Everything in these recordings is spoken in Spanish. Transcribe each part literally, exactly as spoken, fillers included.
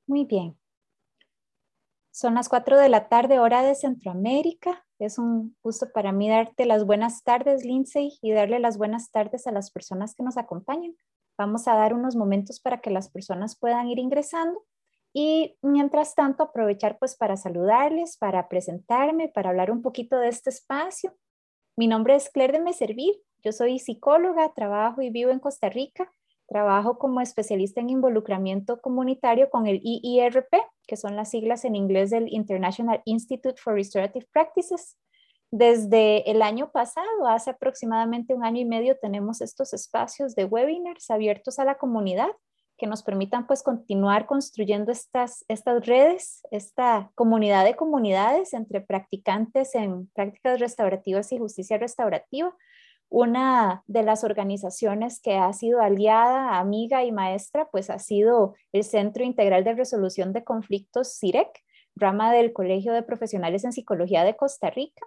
Muy bien. Son las cuatro de la tarde, hora de Centroamérica. Es un gusto para mí darte las buenas tardes, Lindsay, y darle las buenas tardes a las personas que nos acompañan. Vamos a dar unos momentos para que las personas puedan ir ingresando y mientras tanto aprovechar pues para saludarles, para presentarme, para hablar un poquito de este espacio. Mi nombre es Claire de Meservil, yo soy psicóloga, trabajo y vivo en Costa Rica. Trabajo como especialista en involucramiento comunitario con el I I R P, que son las siglas en inglés del International Institute for Restorative Practices. Desde el año pasado, hace aproximadamente un año y medio, tenemos estos espacios de webinars abiertos a la comunidad que nos permitan pues continuar construyendo estas, estas redes, esta comunidad de comunidades entre practicantes en prácticas restaurativas y justicia restaurativa. Una de las organizaciones que ha sido aliada, amiga y maestra, pues ha sido el Centro Integral de Resolución de Conflictos, C I R E C, rama del Colegio de Profesionales en Psicología de Costa Rica.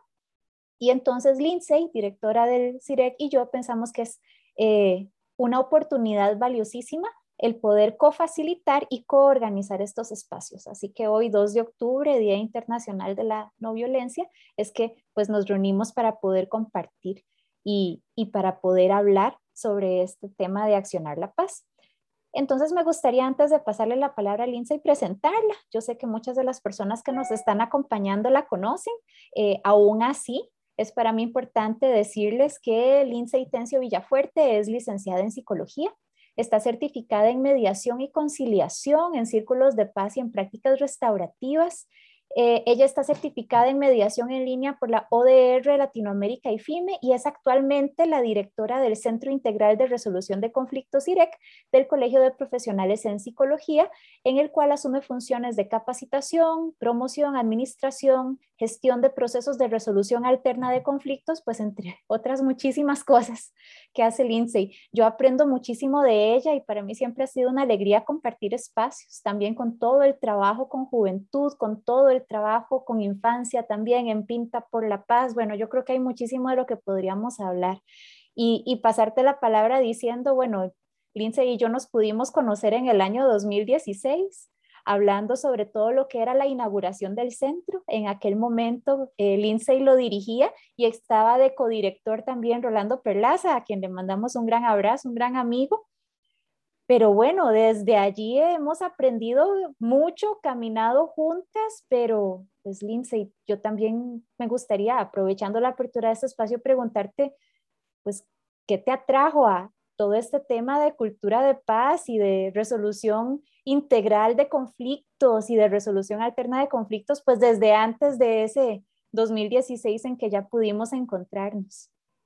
Y entonces Lindsay, directora del C I R E C, y yo pensamos que es eh, una oportunidad valiosísima el poder cofacilitar y coorganizar estos espacios. Así que hoy, dos de octubre, Día Internacional de la No Violencia, es que pues nos reunimos para poder compartir Y, y para poder hablar sobre este tema de accionar la paz. Entonces me gustaría, antes de pasarle la palabra a Lindsay, presentarla. Yo sé que muchas de las personas que nos están acompañando la conocen. Eh, aún así, es para mí importante decirles que Lindsay Tencio Villafuerte es licenciada en psicología, está certificada en mediación y conciliación, en círculos de paz y en prácticas restaurativas. Eh, ella está certificada en mediación en línea por la O D R Latinoamérica y FIME y es actualmente la directora del Centro Integral de Resolución de Conflictos, C I R E C, del Colegio de Profesionales en Psicología, en el cual asume funciones de capacitación, promoción, administración, gestión de procesos de resolución alterna de conflictos, pues entre otras muchísimas cosas que hace Lindsay. Yo aprendo muchísimo de ella y para mí siempre ha sido una alegría compartir espacios, también con todo el trabajo con juventud, con todo el trabajo con infancia también en Pinta por la Paz. Bueno, yo creo que hay muchísimo de lo que podríamos hablar y, y pasarte la palabra diciendo, bueno, Lindsay y yo nos pudimos conocer en el año dos mil dieciséis, hablando sobre todo lo que era la inauguración del centro. En aquel momento eh, Lindsay lo dirigía y estaba de codirector también Rolando Perlaza, a quien le mandamos un gran abrazo, un gran amigo. Pero bueno, desde allí hemos aprendido mucho, caminado juntas, pero pues Lindsay, yo también me gustaría, aprovechando la apertura de este espacio, preguntarte, pues, ¿qué te atrajo a todo este tema de cultura de paz y de resolución integral de conflictos y de resolución alterna de conflictos, pues desde antes de ese dos mil dieciséis en que ya pudimos encontrarnos?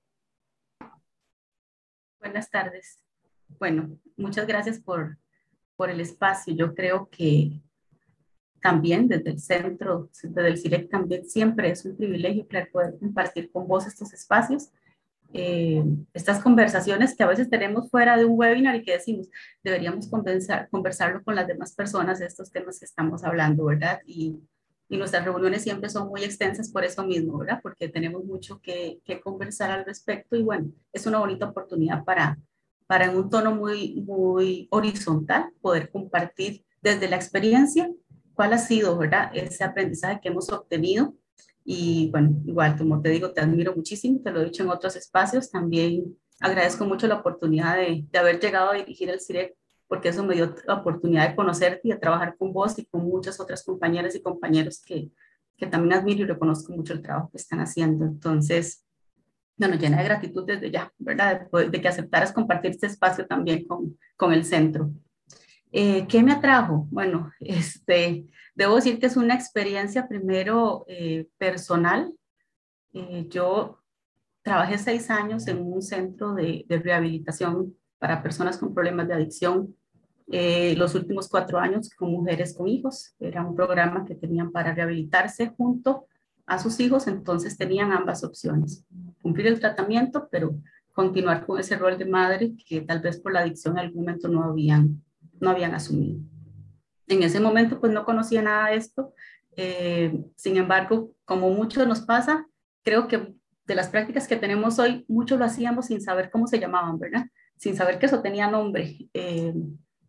Buenas tardes. Bueno, muchas gracias por, por el espacio. Yo creo que también desde el centro, desde el C I R E C también siempre es un privilegio poder compartir con vos estos espacios, eh, estas conversaciones que a veces tenemos fuera de un webinar y que decimos, deberíamos conversar, conversarlo con las demás personas de estos temas que estamos hablando, ¿verdad? Y, y nuestras reuniones siempre son muy extensas por eso mismo, ¿verdad? Porque tenemos mucho que, que conversar al respecto y bueno, es una bonita oportunidad para para en un tono muy, muy horizontal poder compartir desde la experiencia cuál ha sido, ¿verdad? Ese aprendizaje que hemos obtenido. Y bueno, igual, como te digo, te admiro muchísimo, te lo he dicho en otros espacios, también agradezco mucho la oportunidad de, de haber llegado a dirigir el C I R E C, porque eso me dio la oportunidad de conocerte y de trabajar con vos y con muchas otras compañeras y compañeros que, que también admiro y reconozco mucho el trabajo que están haciendo. Entonces, bueno, llena de gratitud desde ya, ¿verdad? De, de que aceptaras compartir este espacio también con, con el centro. Eh, ¿Qué me atrajo? Bueno, este, debo decir que es una experiencia primero eh, personal. Eh, yo trabajé seis años en un centro de, de rehabilitación para personas con problemas de adicción. Eh, los últimos cuatro años con mujeres con hijos. Era un programa que tenían para rehabilitarse junto a sus hijos, entonces tenían ambas opciones. Cumplir el tratamiento, pero continuar con ese rol de madre que tal vez por la adicción en algún momento no habían, no habían asumido. En ese momento pues no conocía nada de esto. Eh, sin embargo, como mucho nos pasa, creo que de las prácticas que tenemos hoy, mucho lo hacíamos sin saber cómo se llamaban, ¿verdad? Sin saber que eso tenía nombre. Eh,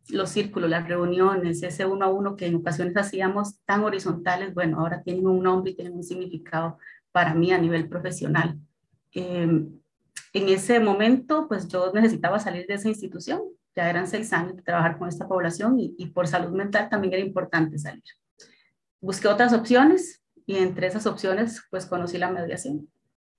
los círculos, las reuniones, ese uno a uno que en ocasiones hacíamos tan horizontales, bueno, ahora tienen un nombre y tienen un significado para mí a nivel profesional. Eh, en ese momento, pues yo necesitaba salir de esa institución, ya eran seis años de trabajar con esta población y, y por salud mental también era importante salir. Busqué otras opciones y entre esas opciones, pues conocí la mediación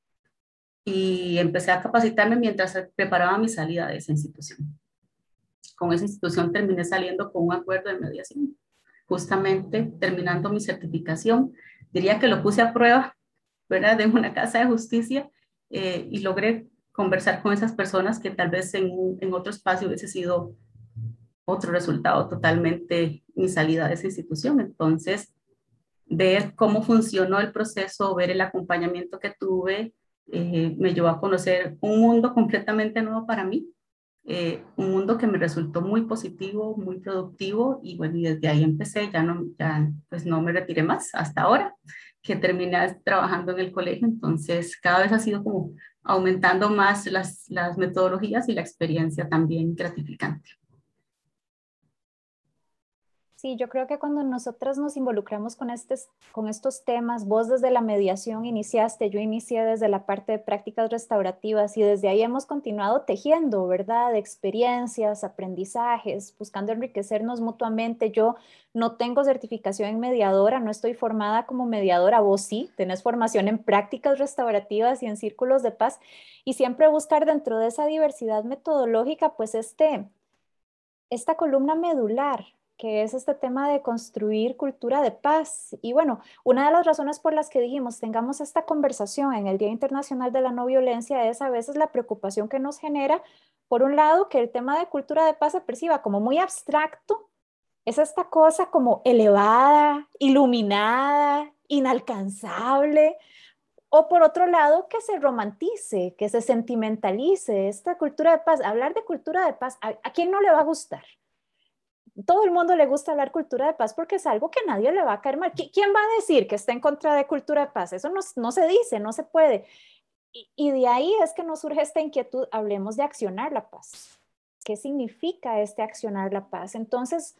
y empecé a capacitarme mientras preparaba mi salida de esa institución. Con esa institución terminé saliendo con un acuerdo de mediación, justamente terminando mi certificación. Diría que lo puse a prueba, ¿verdad? De una casa de justicia eh, y logré conversar con esas personas que tal vez en, en otro espacio hubiese sido otro resultado totalmente mi salida de esa institución. Entonces, ver cómo funcionó el proceso, ver el acompañamiento que tuve, eh, me llevó a conocer un mundo completamente nuevo para mí, eh, un mundo que me resultó muy positivo, muy productivo y bueno, y desde ahí empecé, ya no, ya, pues no me retiré más hasta ahora que terminé trabajando en el colegio, entonces cada vez ha sido como aumentando más las, las metodologías y la experiencia también gratificante. Sí, yo creo que cuando nosotras nos involucramos con, estes, con estos temas, vos desde la mediación iniciaste, yo inicié desde la parte de prácticas restaurativas y desde ahí hemos continuado tejiendo, ¿verdad? Experiencias, aprendizajes, buscando enriquecernos mutuamente. Yo no tengo certificación en mediadora, no estoy formada como mediadora, vos sí, tenés formación en prácticas restaurativas y en círculos de paz y siempre buscar dentro de esa diversidad metodológica, pues este, esta columna medular que es este tema de construir cultura de paz. Y bueno, una de las razones por las que dijimos tengamos esta conversación en el Día Internacional de la No Violencia es a veces la preocupación que nos genera, por un lado, que el tema de cultura de paz se perciba como muy abstracto, es esta cosa como elevada, iluminada, inalcanzable, o por otro lado, que se romantice, que se sentimentalice esta cultura de paz. Hablar de cultura de paz, ¿a, a quién no le va a gustar? Todo el mundo le gusta hablar cultura de paz porque es algo que a nadie le va a caer mal. ¿Quién va a decir que está en contra de cultura de paz? Eso no, no se dice, no se puede. Y, y de ahí es que nos surge esta inquietud, hablemos de accionar la paz. ¿Qué significa este accionar la paz? Entonces,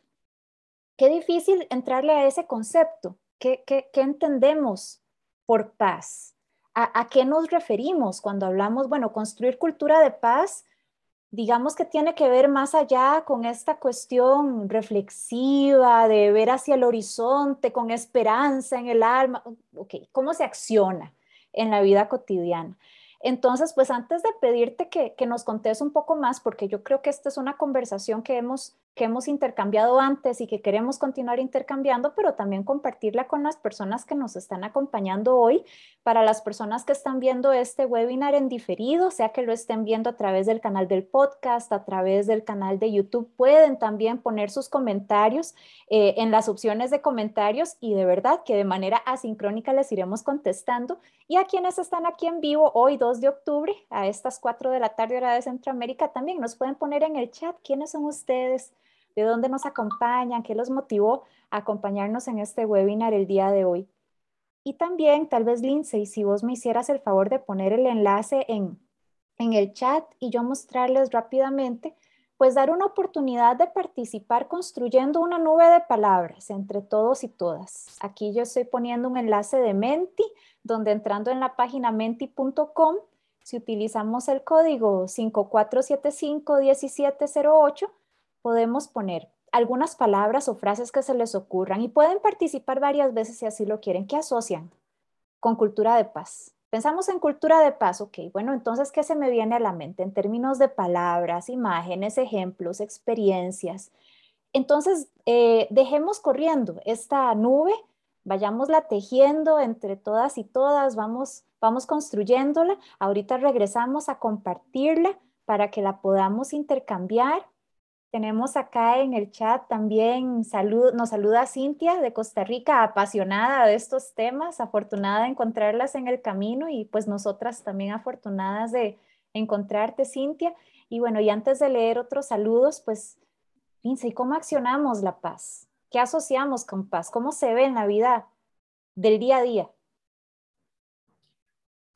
qué difícil entrarle a ese concepto. ¿Qué, qué, qué entendemos por paz? ¿A, ¿A qué nos referimos cuando hablamos, bueno, construir cultura de paz? Digamos que tiene que ver más allá con esta cuestión reflexiva de ver hacia el horizonte con esperanza en el alma. Ok, ¿cómo se acciona en la vida cotidiana? Entonces, pues antes de pedirte que, que nos contes un poco más, porque yo creo que esta es una conversación que hemos, que hemos intercambiado antes y que queremos continuar intercambiando, pero también compartirla con las personas que nos están acompañando hoy. Para las personas que están viendo este webinar en diferido, sea que lo estén viendo a través del canal del podcast, a través del canal de YouTube, pueden también poner sus comentarios eh, en las opciones de comentarios y de verdad que de manera asincrónica les iremos contestando. Y a quienes están aquí en vivo hoy, dos de octubre, a estas cuatro de la tarde hora de Centroamérica, también nos pueden poner en el chat quiénes son ustedes, de dónde nos acompañan, qué los motivó a acompañarnos en este webinar el día de hoy. Y también, tal vez, Lindsay, si vos me hicieras el favor de poner el enlace en, en el chat y yo mostrarles rápidamente, pues dar una oportunidad de participar construyendo una nube de palabras entre todos y todas. Aquí yo estoy poniendo un enlace de Menti, donde entrando en la página menti punto com, si utilizamos el código cinco cuatro siete cinco uno siete cero ocho, podemos poner algunas palabras o frases que se les ocurran y pueden participar varias veces si así lo quieren. ¿Qué asocian con cultura de paz? Pensamos en cultura de paz, ok, bueno, entonces, ¿qué se me viene a la mente en términos de palabras, imágenes, ejemplos, experiencias? Entonces, eh, dejemos corriendo esta nube, vayámosla tejiendo entre todas y todas, vamos, vamos construyéndola. Ahorita regresamos a compartirla para que la podamos intercambiar. Tenemos acá en el chat también, salud, nos saluda Cintia de Costa Rica, apasionada de estos temas, afortunada de encontrarlas en el camino y pues nosotras también afortunadas de encontrarte, Cintia. Y bueno, y antes de leer otros saludos, pues, Lindsay, ¿cómo accionamos la paz? ¿Qué asociamos con paz? ¿Cómo se ve en la vida del día a día?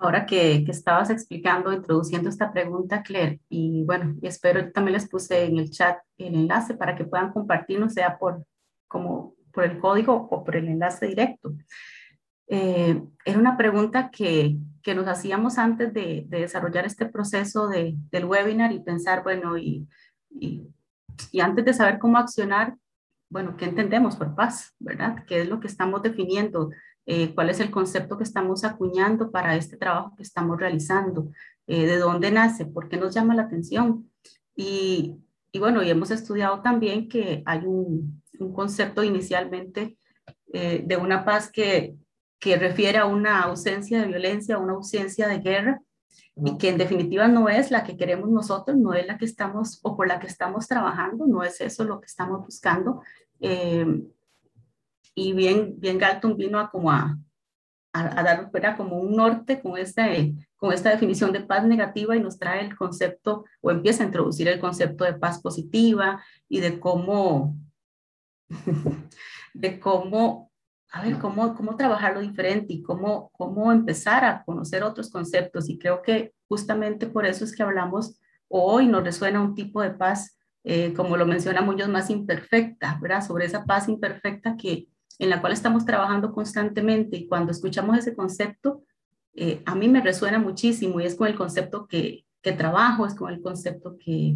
Ahora que, que estabas explicando, introduciendo esta pregunta, Claire, y bueno, y espero, yo también les puse en el chat el enlace para que puedan compartirnos, sea por, como, por el código o por el enlace directo. Eh, era una pregunta que, que nos hacíamos antes de, de desarrollar este proceso de, del webinar y pensar, bueno, y, y, y antes de saber cómo accionar, bueno, ¿qué entendemos por paz, verdad? ¿Qué es lo que estamos definiendo? Eh, ¿cuál es el concepto que estamos acuñando para este trabajo que estamos realizando? Eh, ¿de dónde nace? ¿Por qué nos llama la atención? Y, y bueno, y hemos estudiado también que hay un, un concepto inicialmente eh, de una paz que, que refiere a una ausencia de violencia, a una ausencia de guerra, y que en definitiva no es la que queremos nosotros, no es la que estamos o por la que estamos trabajando, no es eso lo que estamos buscando. Eh, y bien, bien Galton vino a como a, a, a dar ¿verdad? Como un norte con esta, con esta definición de paz negativa y nos trae el concepto o empieza a introducir el concepto de paz positiva y de cómo, de cómo, a ver, cómo, cómo trabajarlo diferente y cómo, cómo empezar a conocer otros conceptos. Y creo que justamente por eso es que hablamos hoy, nos resuena un tipo de paz, eh, como lo menciona Muñoz, más imperfecta, ¿verdad? Sobre esa paz imperfecta que, en la cual estamos trabajando constantemente. Y cuando escuchamos ese concepto, eh, a mí me resuena muchísimo y es con el concepto que, que trabajo, es con el concepto que,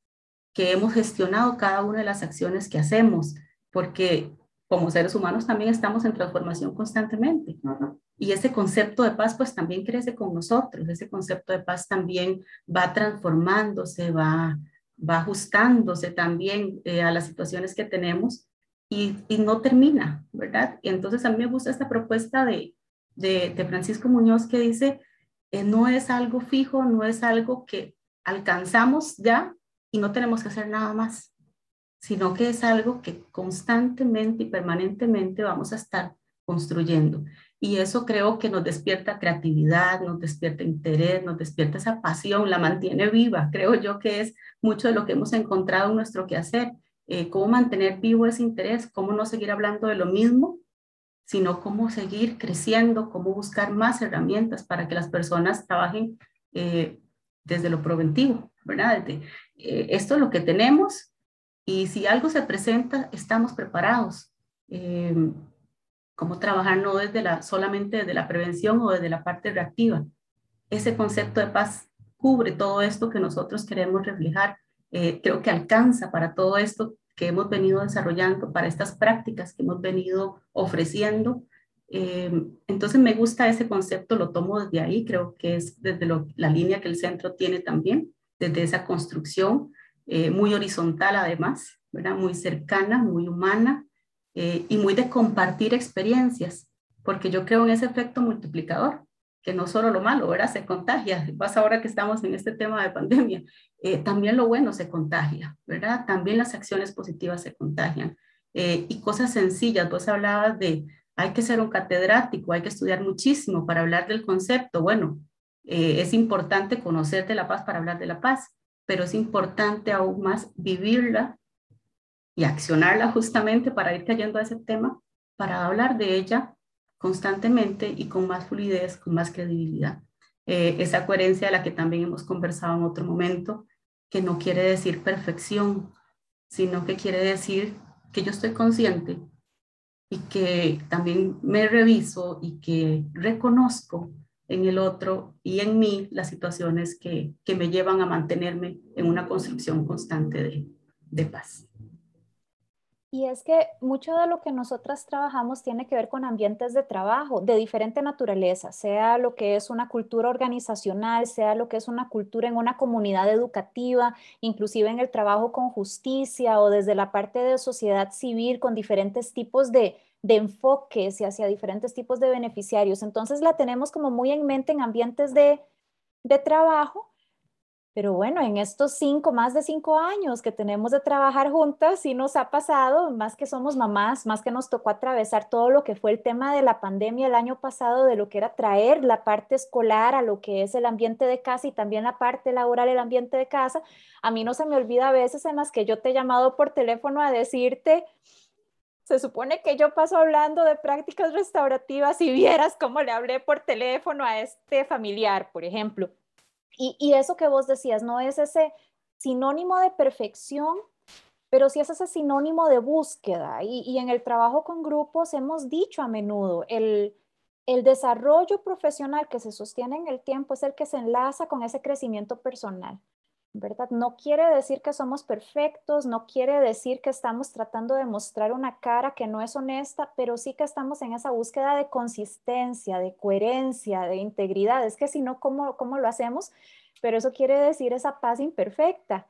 que hemos gestionado cada una de las acciones que hacemos, porque como seres humanos también estamos en transformación constantemente. Uh-huh. Y ese concepto de paz pues también crece con nosotros, ese concepto de paz también va transformándose, va, va ajustándose también eh, a las situaciones que tenemos y, y no termina, ¿verdad? Y entonces a mí me gusta esta propuesta de, de, de Francisco Muñoz que dice, eh, no es algo fijo, no es algo que alcanzamos ya y no tenemos que hacer nada más, sino que es algo que constantemente y permanentemente vamos a estar construyendo. Y eso creo que nos despierta creatividad, nos despierta interés, nos despierta esa pasión, la mantiene viva. Creo yo que es mucho de lo que hemos encontrado en nuestro quehacer. Eh, cómo mantener vivo ese interés, cómo no seguir hablando de lo mismo, sino cómo seguir creciendo, cómo buscar más herramientas para que las personas trabajen eh, desde lo preventivo, ¿verdad? Desde, eh, esto es lo que tenemos y si algo se presenta, estamos preparados. Eh, cómo trabajar no desde la, solamente desde la prevención o desde la parte reactiva. Ese concepto de paz cubre todo esto que nosotros queremos reflejar. Eh, creo que alcanza para todo esto que hemos venido desarrollando, para estas prácticas que hemos venido ofreciendo. Eh, entonces me gusta ese concepto, lo tomo desde ahí, creo que es desde lo, la línea que el centro tiene también, desde esa construcción, eh, muy horizontal además, ¿verdad? Muy cercana, muy humana eh, y muy de compartir experiencias, porque yo creo en ese efecto multiplicador que no solo lo malo, ¿verdad? Se contagia. Más ahora que estamos en este tema de pandemia, eh, también lo bueno se contagia, ¿verdad? También las acciones positivas se contagian. Eh, y cosas sencillas, vos hablabas de, hay que ser un catedrático, hay que estudiar muchísimo para hablar del concepto. Bueno, eh, es importante conocer de la paz para hablar de la paz, pero es importante aún más vivirla y accionarla justamente para ir cayendo a ese tema, para hablar de ella constantemente y con más fluidez, con más credibilidad. Eh, esa coherencia de la que también hemos conversado en otro momento, que no quiere decir perfección, sino que quiere decir que yo estoy consciente y que también me reviso y que reconozco en el otro y en mí las situaciones que, que me llevan a mantenerme en una construcción constante de, de paz. Y es que mucho de lo que nosotras trabajamos tiene que ver con ambientes de trabajo de diferente naturaleza, sea lo que es una cultura organizacional, sea lo que es una cultura en una comunidad educativa, inclusive en el trabajo con justicia o desde la parte de sociedad civil con diferentes tipos de, de enfoques y hacia diferentes tipos de beneficiarios. Entonces la tenemos como muy en mente en ambientes de, de trabajo. Pero bueno, en estos cinco, más de cinco años que tenemos de trabajar juntas, sí nos ha pasado, más que somos mamás, más que nos tocó atravesar todo lo que fue el tema de la pandemia el año pasado, de lo que era traer la parte escolar a lo que es el ambiente de casa y también la parte laboral, el ambiente de casa. A mí no se me olvida a veces en las que yo te he llamado por teléfono a decirte, Se supone que yo paso hablando de prácticas restaurativas y vieras cómo le hablé por teléfono a este familiar, por ejemplo. Y, y eso que vos decías, no es ese sinónimo de perfección, pero sí es ese sinónimo de búsqueda. Y, y en el trabajo con grupos hemos dicho a menudo, el, el desarrollo profesional que se sostiene en el tiempo es el que se enlaza con ese crecimiento personal, ¿verdad? No quiere decir que somos perfectos, no quiere decir que estamos tratando de mostrar una cara que no es honesta, pero sí que estamos en esa búsqueda de consistencia, de coherencia, de integridad. Es que si no, ¿cómo, cómo lo hacemos? Pero eso quiere decir esa paz imperfecta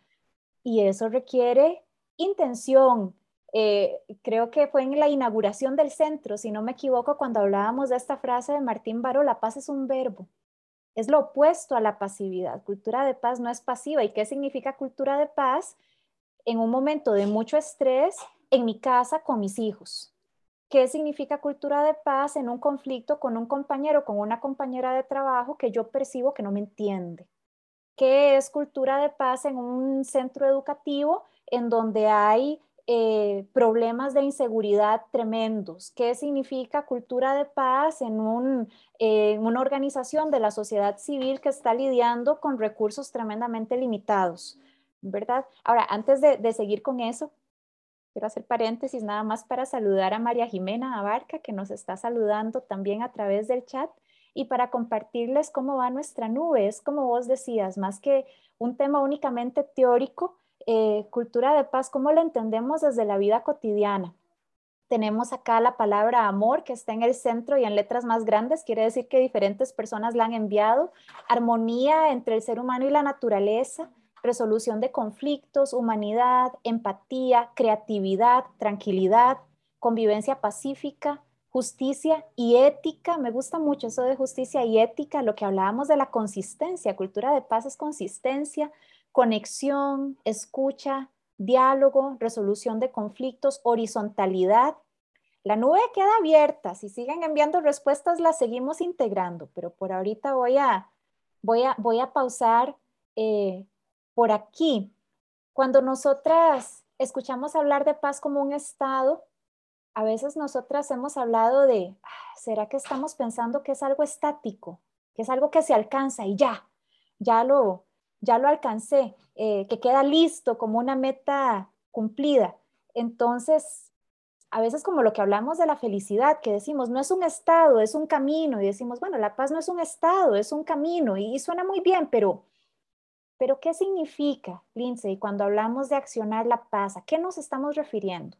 y eso requiere intención. Eh, creo que fue en la inauguración del centro, si no me equivoco, cuando hablábamos de esta frase de Martín Baró, la paz es un verbo. Es lo opuesto a la pasividad. Cultura de paz no es pasiva. ¿Y qué significa cultura de paz? En un momento de mucho estrés, en mi casa con mis hijos. ¿Qué significa cultura de paz en un conflicto con un compañero, con una compañera de trabajo que yo percibo que no me entiende? ¿Qué es cultura de paz en un centro educativo en donde hay eh, problemas de inseguridad tremendos? ¿Qué significa cultura de paz en un, eh, una organización de la sociedad civil que está lidiando con recursos tremendamente limitados? ¿Verdad? Ahora, antes de, de seguir con eso, quiero hacer paréntesis nada más para saludar a María Jimena Abarca, que nos está saludando también a través del chat, y para compartirles cómo va nuestra nube. Es como vos decías, más que un tema únicamente teórico, eh, cultura de paz, ¿cómo la entendemos desde la vida cotidiana? Tenemos acá la palabra amor que está en el centro y en letras más grandes, quiere decir que diferentes personas la han enviado. Armonía entre el ser humano y la naturaleza, resolución de conflictos, humanidad, empatía, creatividad, tranquilidad, convivencia pacífica, justicia y ética. Me gusta mucho eso de justicia y ética, lo que hablábamos de la consistencia. Cultura de paz es consistencia, conexión, escucha, diálogo, resolución de conflictos, horizontalidad. La nube queda abierta. Si siguen enviando respuestas, las seguimos integrando, pero por ahorita voy a, voy a, voy a pausar eh, por aquí. Cuando nosotras escuchamos hablar de paz como un estado, a veces nosotras hemos hablado de, ah, ¿será que estamos pensando que es algo estático? Que es algo que se alcanza y ya, ya lo, ya lo alcancé, eh, que queda listo como una meta cumplida. Entonces, a veces como lo que hablamos de la felicidad, que decimos, no es un estado, es un camino, y decimos, bueno, la paz no es un estado, es un camino, y, y suena muy bien, pero, pero ¿qué significa, Lindsay, cuando hablamos de accionar la paz? ¿A qué nos estamos refiriendo?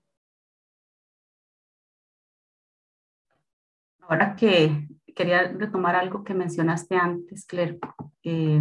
Ahora que quería retomar algo que mencionaste antes, Claire, eh,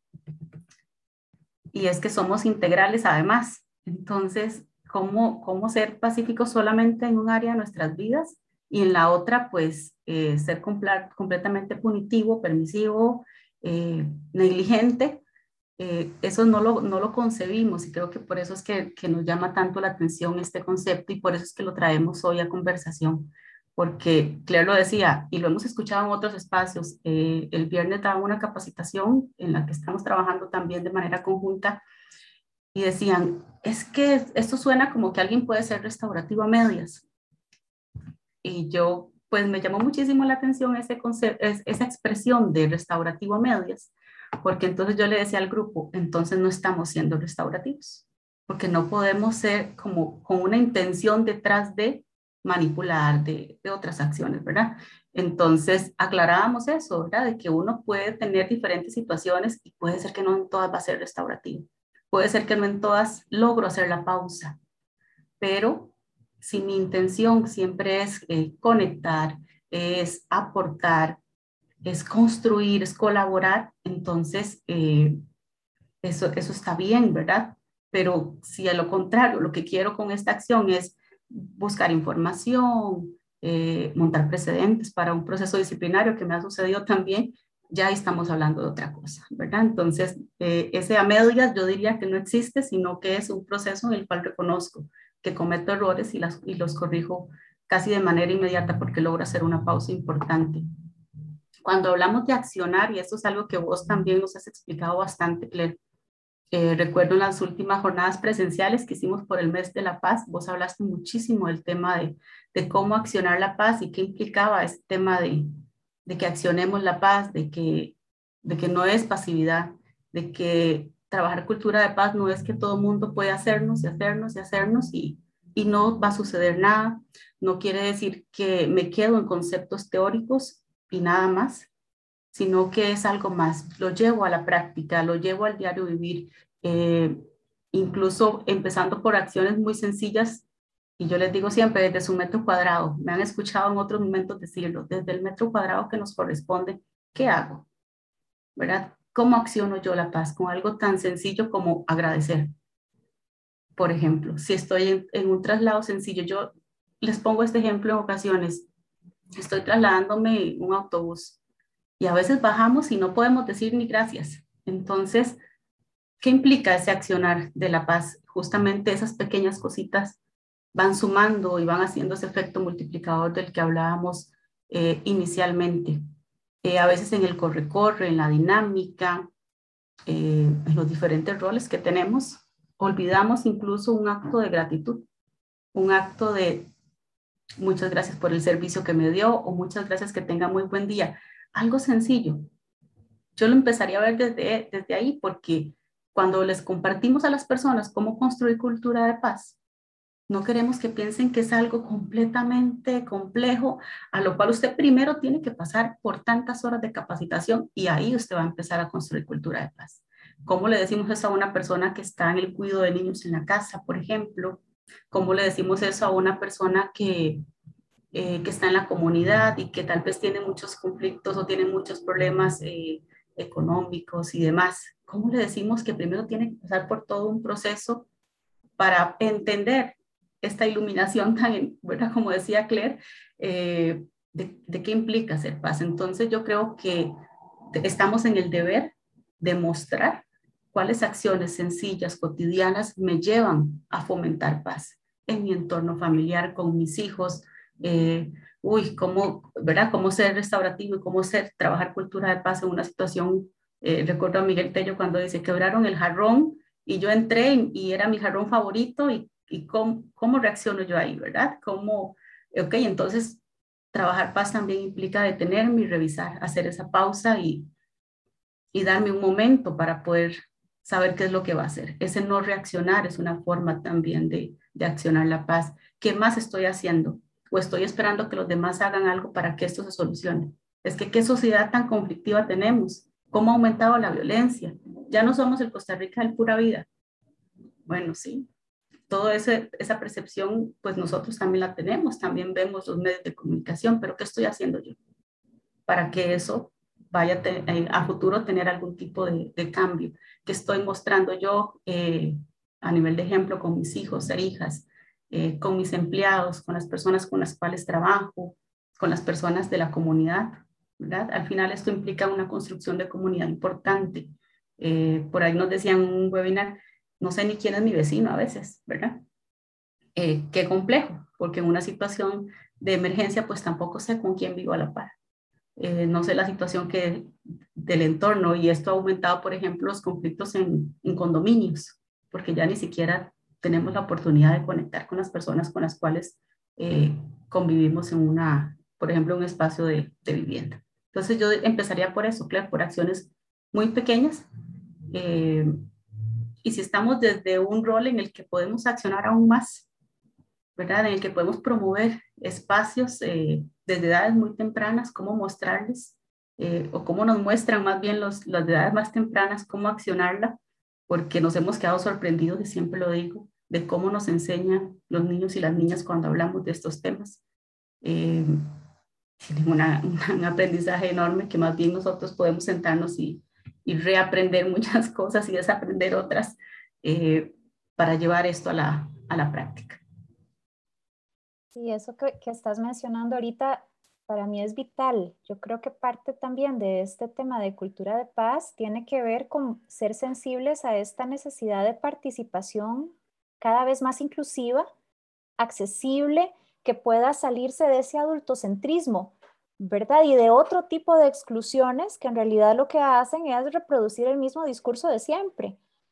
y es que somos integrales además. Entonces, ¿cómo, cómo ser pacíficos solamente en un área de nuestras vidas y en la otra, pues, eh, ser completamente punitivo, permisivo, eh, negligente? Eh, eso no lo, no lo concebimos y creo que por eso es que, que nos llama tanto la atención este concepto y por eso es que lo traemos hoy a conversación. Porque Claire lo decía y lo hemos escuchado en otros espacios. Eh, el viernes daba una capacitación en la que estamos trabajando también de manera conjunta y decían, es que esto suena como que alguien puede ser restaurativo a medias. Y yo, pues me llamó muchísimo la atención ese concepto, esa expresión de restaurativo a medias, porque entonces yo le decía al grupo, entonces no estamos siendo restaurativos, porque no podemos ser como con una intención detrás de manipular, de, de otras acciones, ¿verdad? Entonces aclarábamos eso, ¿verdad? De que uno puede tener diferentes situaciones y puede ser que no en todas va a ser restaurativo, puede ser que no en todas logro hacer la pausa, pero si mi intención siempre es eh, conectar, es aportar, es construir, es colaborar, entonces eh, eso, eso está bien, ¿verdad? Pero si a lo contrario, lo que quiero con esta acción es buscar información, eh, montar precedentes para un proceso disciplinario que me ha sucedido también, ya estamos hablando de otra cosa, ¿verdad? Entonces, eh, ese a medias yo diría que no existe, sino que es un proceso en el cual reconozco que cometo errores y, las, y los corrijo casi de manera inmediata porque logro hacer una pausa importante. Cuando hablamos de accionar, y eso es algo que vos también nos has explicado bastante, Claire, Eh, recuerdo en las últimas jornadas presenciales que hicimos por el mes de la paz, vos hablaste muchísimo del tema de, de cómo accionar la paz y qué implicaba este tema de, de que accionemos la paz, de que, de que no es pasividad, de que trabajar cultura de paz no es que todo el mundo puede hacernos y hacernos y hacernos y, y no va a suceder nada. No quiere decir que me quedo en conceptos teóricos y nada más, sino que es algo más. Lo llevo a la práctica, lo llevo al diario vivir, eh, incluso empezando por acciones muy sencillas. Y yo les digo siempre, desde su metro cuadrado, me han escuchado en otros momentos decirlo, desde el metro cuadrado que nos corresponde, ¿qué hago? ¿Verdad? ¿Cómo acciono yo la paz? Con algo tan sencillo como agradecer. Por ejemplo, si estoy en, en un traslado sencillo, yo les pongo este ejemplo en ocasiones, estoy trasladándome en un autobús y a veces bajamos y no podemos decir ni gracias. Entonces, ¿qué implica ese accionar de la paz? Justamente esas pequeñas cositas van sumando y van haciendo ese efecto multiplicador del que hablábamos eh, inicialmente. Eh, a veces en el corre-corre, en la dinámica, eh, en los diferentes roles que tenemos, olvidamos incluso un acto de gratitud, un acto de muchas gracias por el servicio que me dio o muchas gracias, que tenga muy buen día. Algo sencillo. Yo lo empezaría a ver desde, desde ahí, porque cuando les compartimos a las personas cómo construir cultura de paz, no queremos que piensen que es algo completamente complejo, a lo cual usted primero tiene que pasar por tantas horas de capacitación y ahí usted va a empezar a construir cultura de paz. ¿Cómo le decimos eso a una persona que está en el cuidado de niños en la casa, por ejemplo? ¿Cómo le decimos eso a una persona que, eh, que está en la comunidad y que tal vez tiene muchos conflictos o tiene muchos problemas eh, económicos y demás? ¿Cómo le decimos que primero tiene que pasar por todo un proceso para entender esta iluminación tan, ¿verdad? Como decía Claire, eh, de, de qué implica ser paz? Entonces yo creo que estamos en el deber de mostrar cuáles acciones sencillas, cotidianas, me llevan a fomentar paz en mi entorno familiar, con mis hijos. Eh, uy, cómo, ¿verdad? Cómo ser restaurativo y cómo ser, trabajar cultura de paz en una situación. Eh, recuerdo a Miguel Tello cuando dice, quebraron el jarrón y yo entré y era mi jarrón favorito y, y cómo, cómo reacciono yo ahí, ¿verdad? Cómo, ok, entonces trabajar paz también implica detenerme y revisar, hacer esa pausa y, y darme un momento para poder saber qué es lo que va a hacer. Ese no reaccionar es una forma también de, de accionar la paz. ¿Qué más estoy haciendo? ¿O estoy esperando que los demás hagan algo para que esto se solucione? Es que qué sociedad tan conflictiva tenemos. ¿Cómo ha aumentado la violencia? Ya no somos el Costa Rica del pura vida. Bueno, sí, toda esa percepción, pues nosotros también la tenemos, también vemos los medios de comunicación, pero ¿qué estoy haciendo yo para que eso vaya a, te, a futuro tener algún tipo de, de cambio? ¿Qué estoy mostrando yo eh, a nivel de ejemplo con mis hijos e hijas, eh, con mis empleados, con las personas con las cuales trabajo, con las personas de la comunidad, ¿verdad? Al final esto implica una construcción de comunidad importante. Eh, por ahí nos decían en un webinar, no sé ni quién es mi vecino a veces, ¿verdad? Eh, qué complejo, porque en una situación de emergencia, pues tampoco sé con quién vivo a la par. Eh, no sé la situación que, del entorno, y esto ha aumentado, por ejemplo, los conflictos en, en condominios, porque ya ni siquiera tenemos la oportunidad de conectar con las personas con las cuales eh, convivimos en una, por ejemplo, un espacio de, de vivienda. Entonces yo empezaría por eso, claro, por acciones muy pequeñas. Eh, y si estamos desde un rol en el que podemos accionar aún más, ¿verdad? En el que podemos promover espacios eh, desde edades muy tempranas, cómo mostrarles, eh, o cómo nos muestran más bien los, las edades más tempranas, cómo accionarla, porque nos hemos quedado sorprendidos, y siempre lo digo, de cómo nos enseñan los niños y las niñas cuando hablamos de estos temas. Eh, tienen una, un aprendizaje enorme que más bien nosotros podemos sentarnos y, y reaprender muchas cosas y desaprender otras eh, para llevar esto a la, a la práctica. Y eso que, que estás mencionando ahorita para mí es vital. Yo creo que parte también de este tema de cultura de paz tiene que ver con ser sensibles a esta necesidad de participación cada vez más inclusiva, accesible, que pueda salirse de ese adultocentrismo, ¿verdad? Y de otro tipo de exclusiones que en realidad lo que hacen es reproducir el mismo discurso de siempre.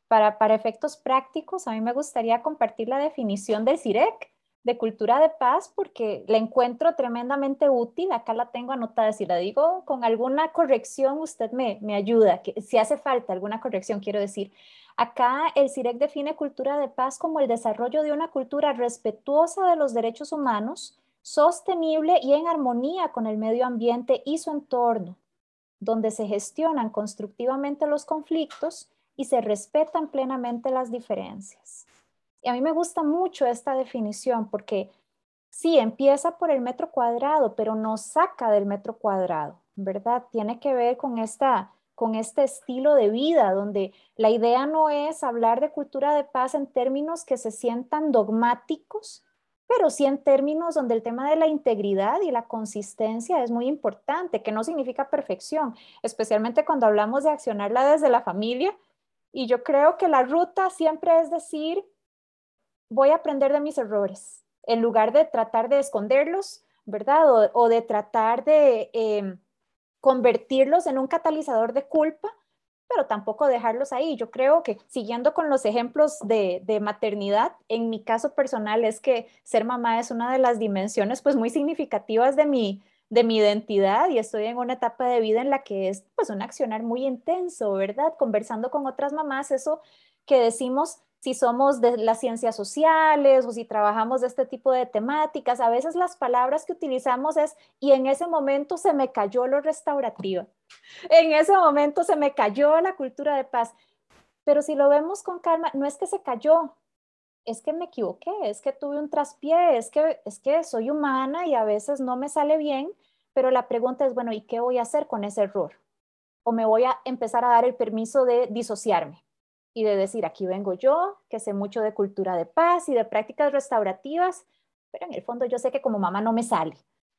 para, para efectos prácticos, a mí me gustaría compartir la definición del C I R E C, de cultura de paz, porque la encuentro tremendamente útil. Acá la tengo anotada. Si la digo con alguna corrección, usted me, me ayuda. Que, si hace falta alguna corrección, quiero decir. Acá el C I R E C define cultura de paz como el desarrollo de una cultura respetuosa de los derechos humanos, sostenible y en armonía con el medio ambiente y su entorno, donde se gestionan constructivamente los conflictos y se respetan plenamente las diferencias. Y a mí me gusta mucho esta definición porque sí, empieza por el metro cuadrado, pero nos saca del metro cuadrado, ¿verdad? Tiene que ver con esta, con este estilo de vida donde la idea no es hablar de cultura de paz en términos que se sientan dogmáticos, pero sí en términos donde el tema de la integridad y la consistencia es muy importante, que no significa perfección, especialmente cuando hablamos de accionarla desde la familia. Y yo creo que la ruta siempre es decir, voy a aprender de mis errores, en lugar de tratar de esconderlos, ¿verdad? O, o de tratar de eh, convertirlos en un catalizador de culpa, pero tampoco dejarlos ahí. Yo creo que siguiendo con los ejemplos de, de maternidad, en mi caso personal es que ser mamá es una de las dimensiones pues muy significativas de mi, de mi identidad y estoy en una etapa de vida en la que es pues un accionar muy intenso, ¿verdad? Conversando con otras mamás, eso que decimos si somos de las ciencias sociales o si trabajamos de este tipo de temáticas, a veces las palabras que utilizamos es y en ese momento se me cayó lo restaurativo. En ese momento se me cayó la cultura de paz. Pero si lo vemos con calma, no es que se cayó, es que me equivoqué, es que tuve un traspié, es que, es que soy humana y a veces no me sale bien, pero la pregunta es, bueno, ¿y qué voy a hacer con ese error? O me voy a empezar a dar el permiso de disociarme y de decir, aquí vengo yo, que sé mucho de cultura de paz y de prácticas restaurativas, pero en el fondo yo sé que como mamá no me sale.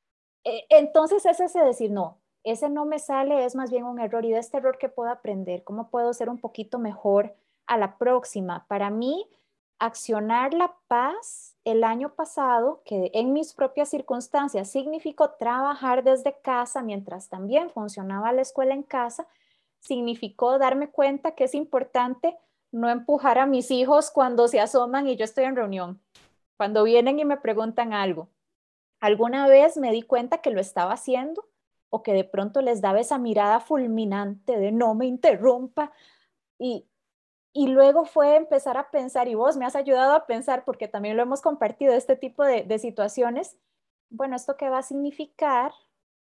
Eh, entonces es ese decir, no, ese no me sale, es más bien un error y de este error que puedo aprender, cómo puedo ser un poquito mejor a la próxima. Para mí, accionar la paz el año pasado, que en mis propias circunstancias significó trabajar desde casa mientras también funcionaba la escuela en casa, significó darme cuenta que es importante no empujar a mis hijos cuando se asoman y yo estoy en reunión, cuando vienen y me preguntan algo. Alguna vez me di cuenta que lo estaba haciendo o que de pronto les daba esa mirada fulminante de no me interrumpa y, y luego fue empezar a pensar, y vos me has ayudado a pensar porque también lo hemos compartido, este tipo de, de situaciones, bueno, ¿esto qué va a significar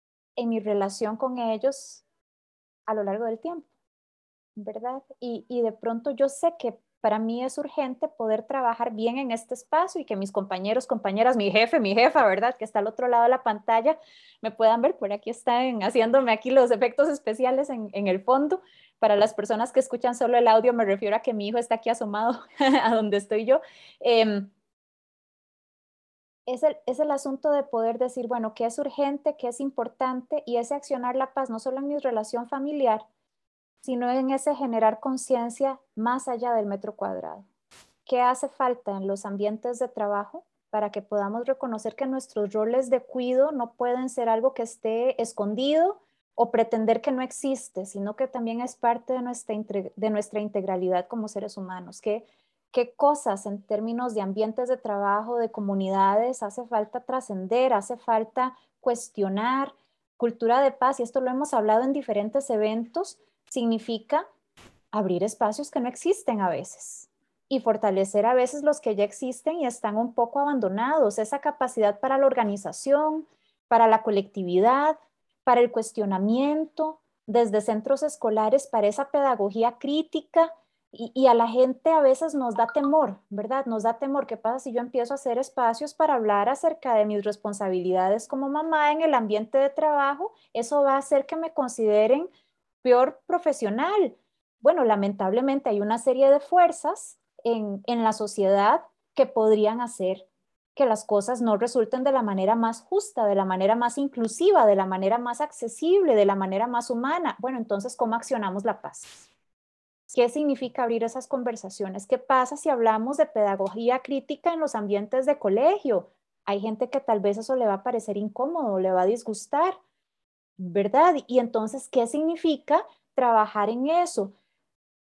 en mi relación con ellos a lo largo del tiempo? ¿Verdad? Y, y de pronto yo sé que para mí es urgente poder trabajar bien en este espacio y que mis compañeros, compañeras, mi jefe, mi jefa, ¿verdad? Que está al otro lado de la pantalla, me puedan ver. Por aquí están haciéndome aquí los efectos especiales en, en el fondo. Para las personas que escuchan solo el audio, me refiero a que mi hijo está aquí asomado a donde estoy yo. Eh, es el, es el asunto de poder decir, bueno, qué es urgente, qué es importante y ese accionar la paz, no solo en mi relación familiar, sino en ese generar conciencia más allá del metro cuadrado. ¿Qué hace falta en los ambientes de trabajo para que podamos reconocer que nuestros roles de cuidado no pueden ser algo que esté escondido o pretender que no existe, sino que también es parte de nuestra, de nuestra integralidad como seres humanos? ¿Qué, qué cosas en términos de ambientes de trabajo, de comunidades, hace falta trascender, hace falta cuestionar? Cultura de paz, y esto lo hemos hablado en diferentes eventos, significa abrir espacios que no existen a veces y fortalecer a veces los que ya existen y están un poco abandonados, esa capacidad para la organización, para la colectividad, para el cuestionamiento, desde centros escolares, para esa pedagogía crítica. Y, y a la gente a veces nos da temor, ¿verdad? Nos da temor. ¿Qué pasa si yo empiezo a hacer espacios para hablar acerca de mis responsabilidades como mamá en el ambiente de trabajo? Eso va a hacer que me consideren peor profesional. Bueno, lamentablemente hay una serie de fuerzas en, en la sociedad que podrían hacer que las cosas no resulten de la manera más justa, de la manera más inclusiva, de la manera más accesible, de la manera más humana. Bueno, entonces, ¿cómo accionamos la paz? ¿Qué significa abrir esas conversaciones? ¿Qué pasa si hablamos de pedagogía crítica en los ambientes de colegio? Hay gente que tal vez eso le va a parecer incómodo, le va a disgustar, ¿verdad? Y entonces, ¿qué significa trabajar en eso?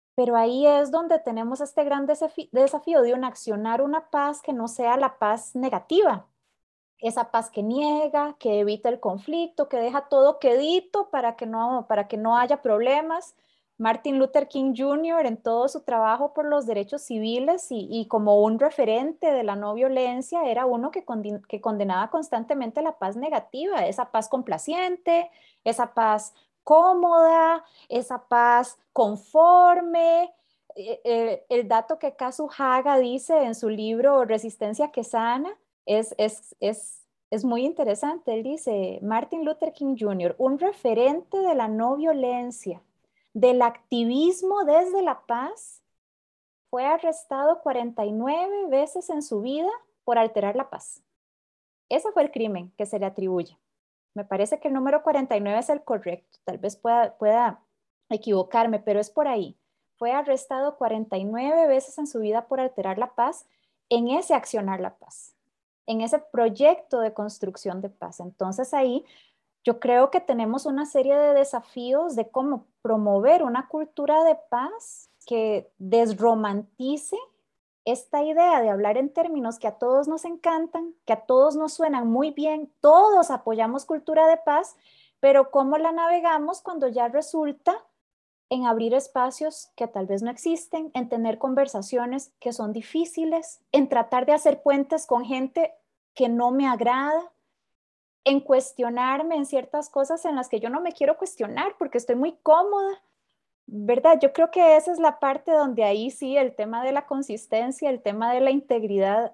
Pero ahí es donde tenemos este gran desafío, desafío de un accionar una paz que no sea la paz negativa, esa paz que niega, que evita el conflicto, que deja todo quedito para que no, para que no haya problemas. Martin Luther King junior en todo su trabajo por los derechos civiles y, y como un referente de la no violencia era uno que, conden, que condenaba constantemente la paz negativa, esa paz complaciente, esa paz cómoda, esa paz conforme. Eh, eh, el dato que Kazu Haga dice en su libro Resistencia que sana es, es, es, es muy interesante. Él dice, Martin Luther King junior, un referente de la no violencia, del activismo desde la paz, fue arrestado cuarenta y nueve veces en su vida por alterar la paz. Ese fue el crimen que se le atribuye. Me parece que el número cuarenta y nueve es el correcto. Tal vez pueda, pueda equivocarme, pero es por ahí. Fue arrestado cuarenta y nueve veces en su vida por alterar la paz en ese accionar la paz, en ese proyecto de construcción de paz. Entonces ahí yo creo que tenemos una serie de desafíos de cómo promover una cultura de paz que desromantice esta idea de hablar en términos que a todos nos encantan, que a todos nos suenan muy bien, todos apoyamos cultura de paz, pero cómo la navegamos cuando ya resulta en abrir espacios que tal vez no existen, en tener conversaciones que son difíciles, en tratar de hacer puentes con gente que no me agrada, en cuestionarme en ciertas cosas en las que yo no me quiero cuestionar porque estoy muy cómoda, ¿verdad? Yo creo que esa es la parte donde ahí sí el tema de la consistencia, el tema de la integridad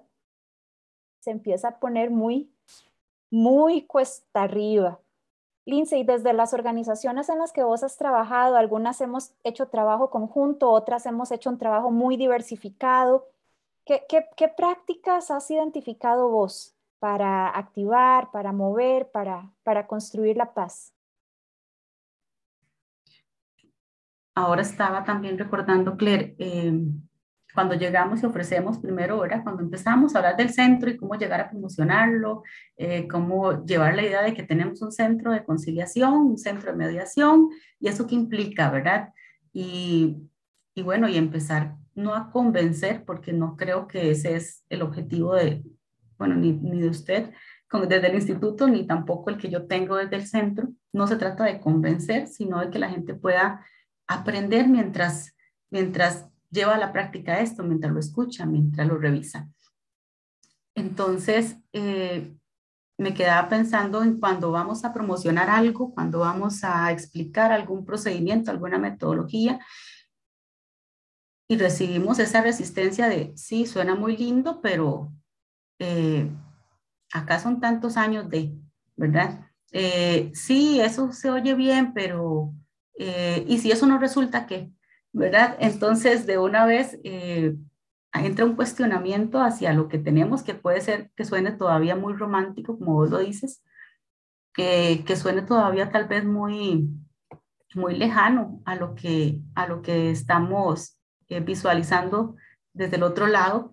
se empieza a poner muy, muy cuesta arriba. Lindsay, desde las organizaciones en las que vos has trabajado, algunas hemos hecho trabajo conjunto, otras hemos hecho un trabajo muy diversificado. ¿Qué, qué, qué prácticas has identificado vos para activar, para mover, para, para construir la paz? Ahora estaba también recordando, Claire, eh, cuando llegamos y ofrecemos primero, ¿verdad? Cuando empezamos a hablar del centro y cómo llegar a promocionarlo, eh, cómo llevar la idea de que tenemos un centro de conciliación, un centro de mediación, y eso qué implica, ¿verdad? Y, y bueno, y empezar no a convencer, porque no creo que ese es el objetivo de, bueno, ni, ni de usted con, desde el instituto, ni tampoco el que yo tengo desde el centro. No se trata de convencer, sino de que la gente pueda aprender mientras, mientras lleva a la práctica esto, mientras lo escucha, mientras lo revisa. Entonces, eh, me quedaba pensando en cuando vamos a promocionar algo, cuando vamos a explicar algún procedimiento, alguna metodología, y recibimos esa resistencia de, sí, suena muy lindo, pero eh, acá son tantos años de, ¿verdad? Eh, sí, eso se oye bien, pero, eh, ¿y si eso no resulta qué? ¿Verdad? Entonces, de una vez eh, entra un cuestionamiento hacia lo que tenemos, que puede ser que suene todavía muy romántico, como vos lo dices, que, que suene todavía tal vez muy, muy lejano a lo que, a lo que estamos eh, visualizando desde el otro lado.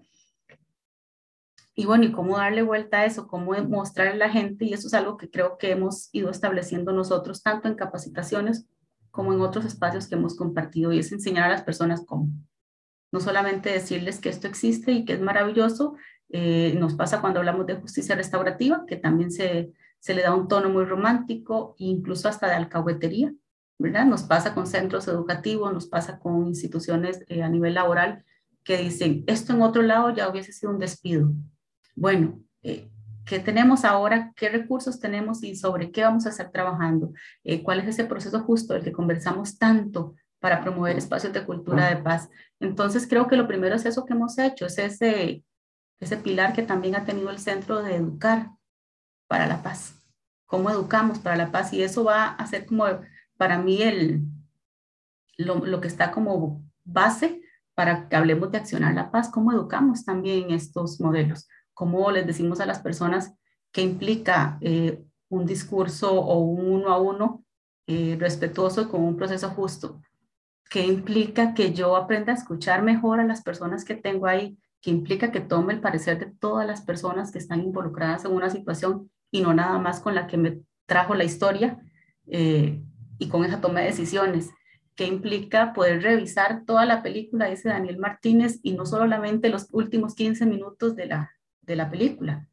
Y bueno, y cómo darle vuelta a eso, cómo mostrarle a la gente, y eso es algo que creo que hemos ido estableciendo nosotros, tanto en capacitaciones como en otros espacios que hemos compartido, y es enseñar a las personas cómo. No solamente decirles que esto existe y que es maravilloso, eh, nos pasa cuando hablamos de justicia restaurativa, que también se, se le da un tono muy romántico, incluso hasta de alcahuetería, ¿verdad? Nos pasa con centros educativos, nos pasa con instituciones eh, a nivel laboral que dicen, esto en otro lado ya hubiese sido un despido. Bueno, eh, ¿qué tenemos ahora? ¿Qué recursos tenemos y sobre qué vamos a estar trabajando? Eh, ¿Cuál es ese proceso justo del que conversamos tanto para promover espacios de cultura de paz? Entonces, creo que lo primero es eso que hemos hecho, es ese, ese pilar que también ha tenido el centro de educar para la paz. ¿Cómo educamos para la paz? Y eso va a ser como para mí el, lo, lo que está como base para que hablemos de accionar la paz. ¿Cómo educamos también estos modelos? ¿Cómo les decimos a las personas qué implica eh, un discurso o un uno a uno eh, respetuoso y con un proceso justo? ¿Qué implica que yo aprenda a escuchar mejor a las personas que tengo ahí? ¿Qué implica que tome el parecer de todas las personas que están involucradas en una situación y no nada más con la que me trajo la historia eh, y con esa toma de decisiones? que implica poder revisar toda la película, dice Daniel Martínez, y no solamente los últimos quince minutos de la, de la película.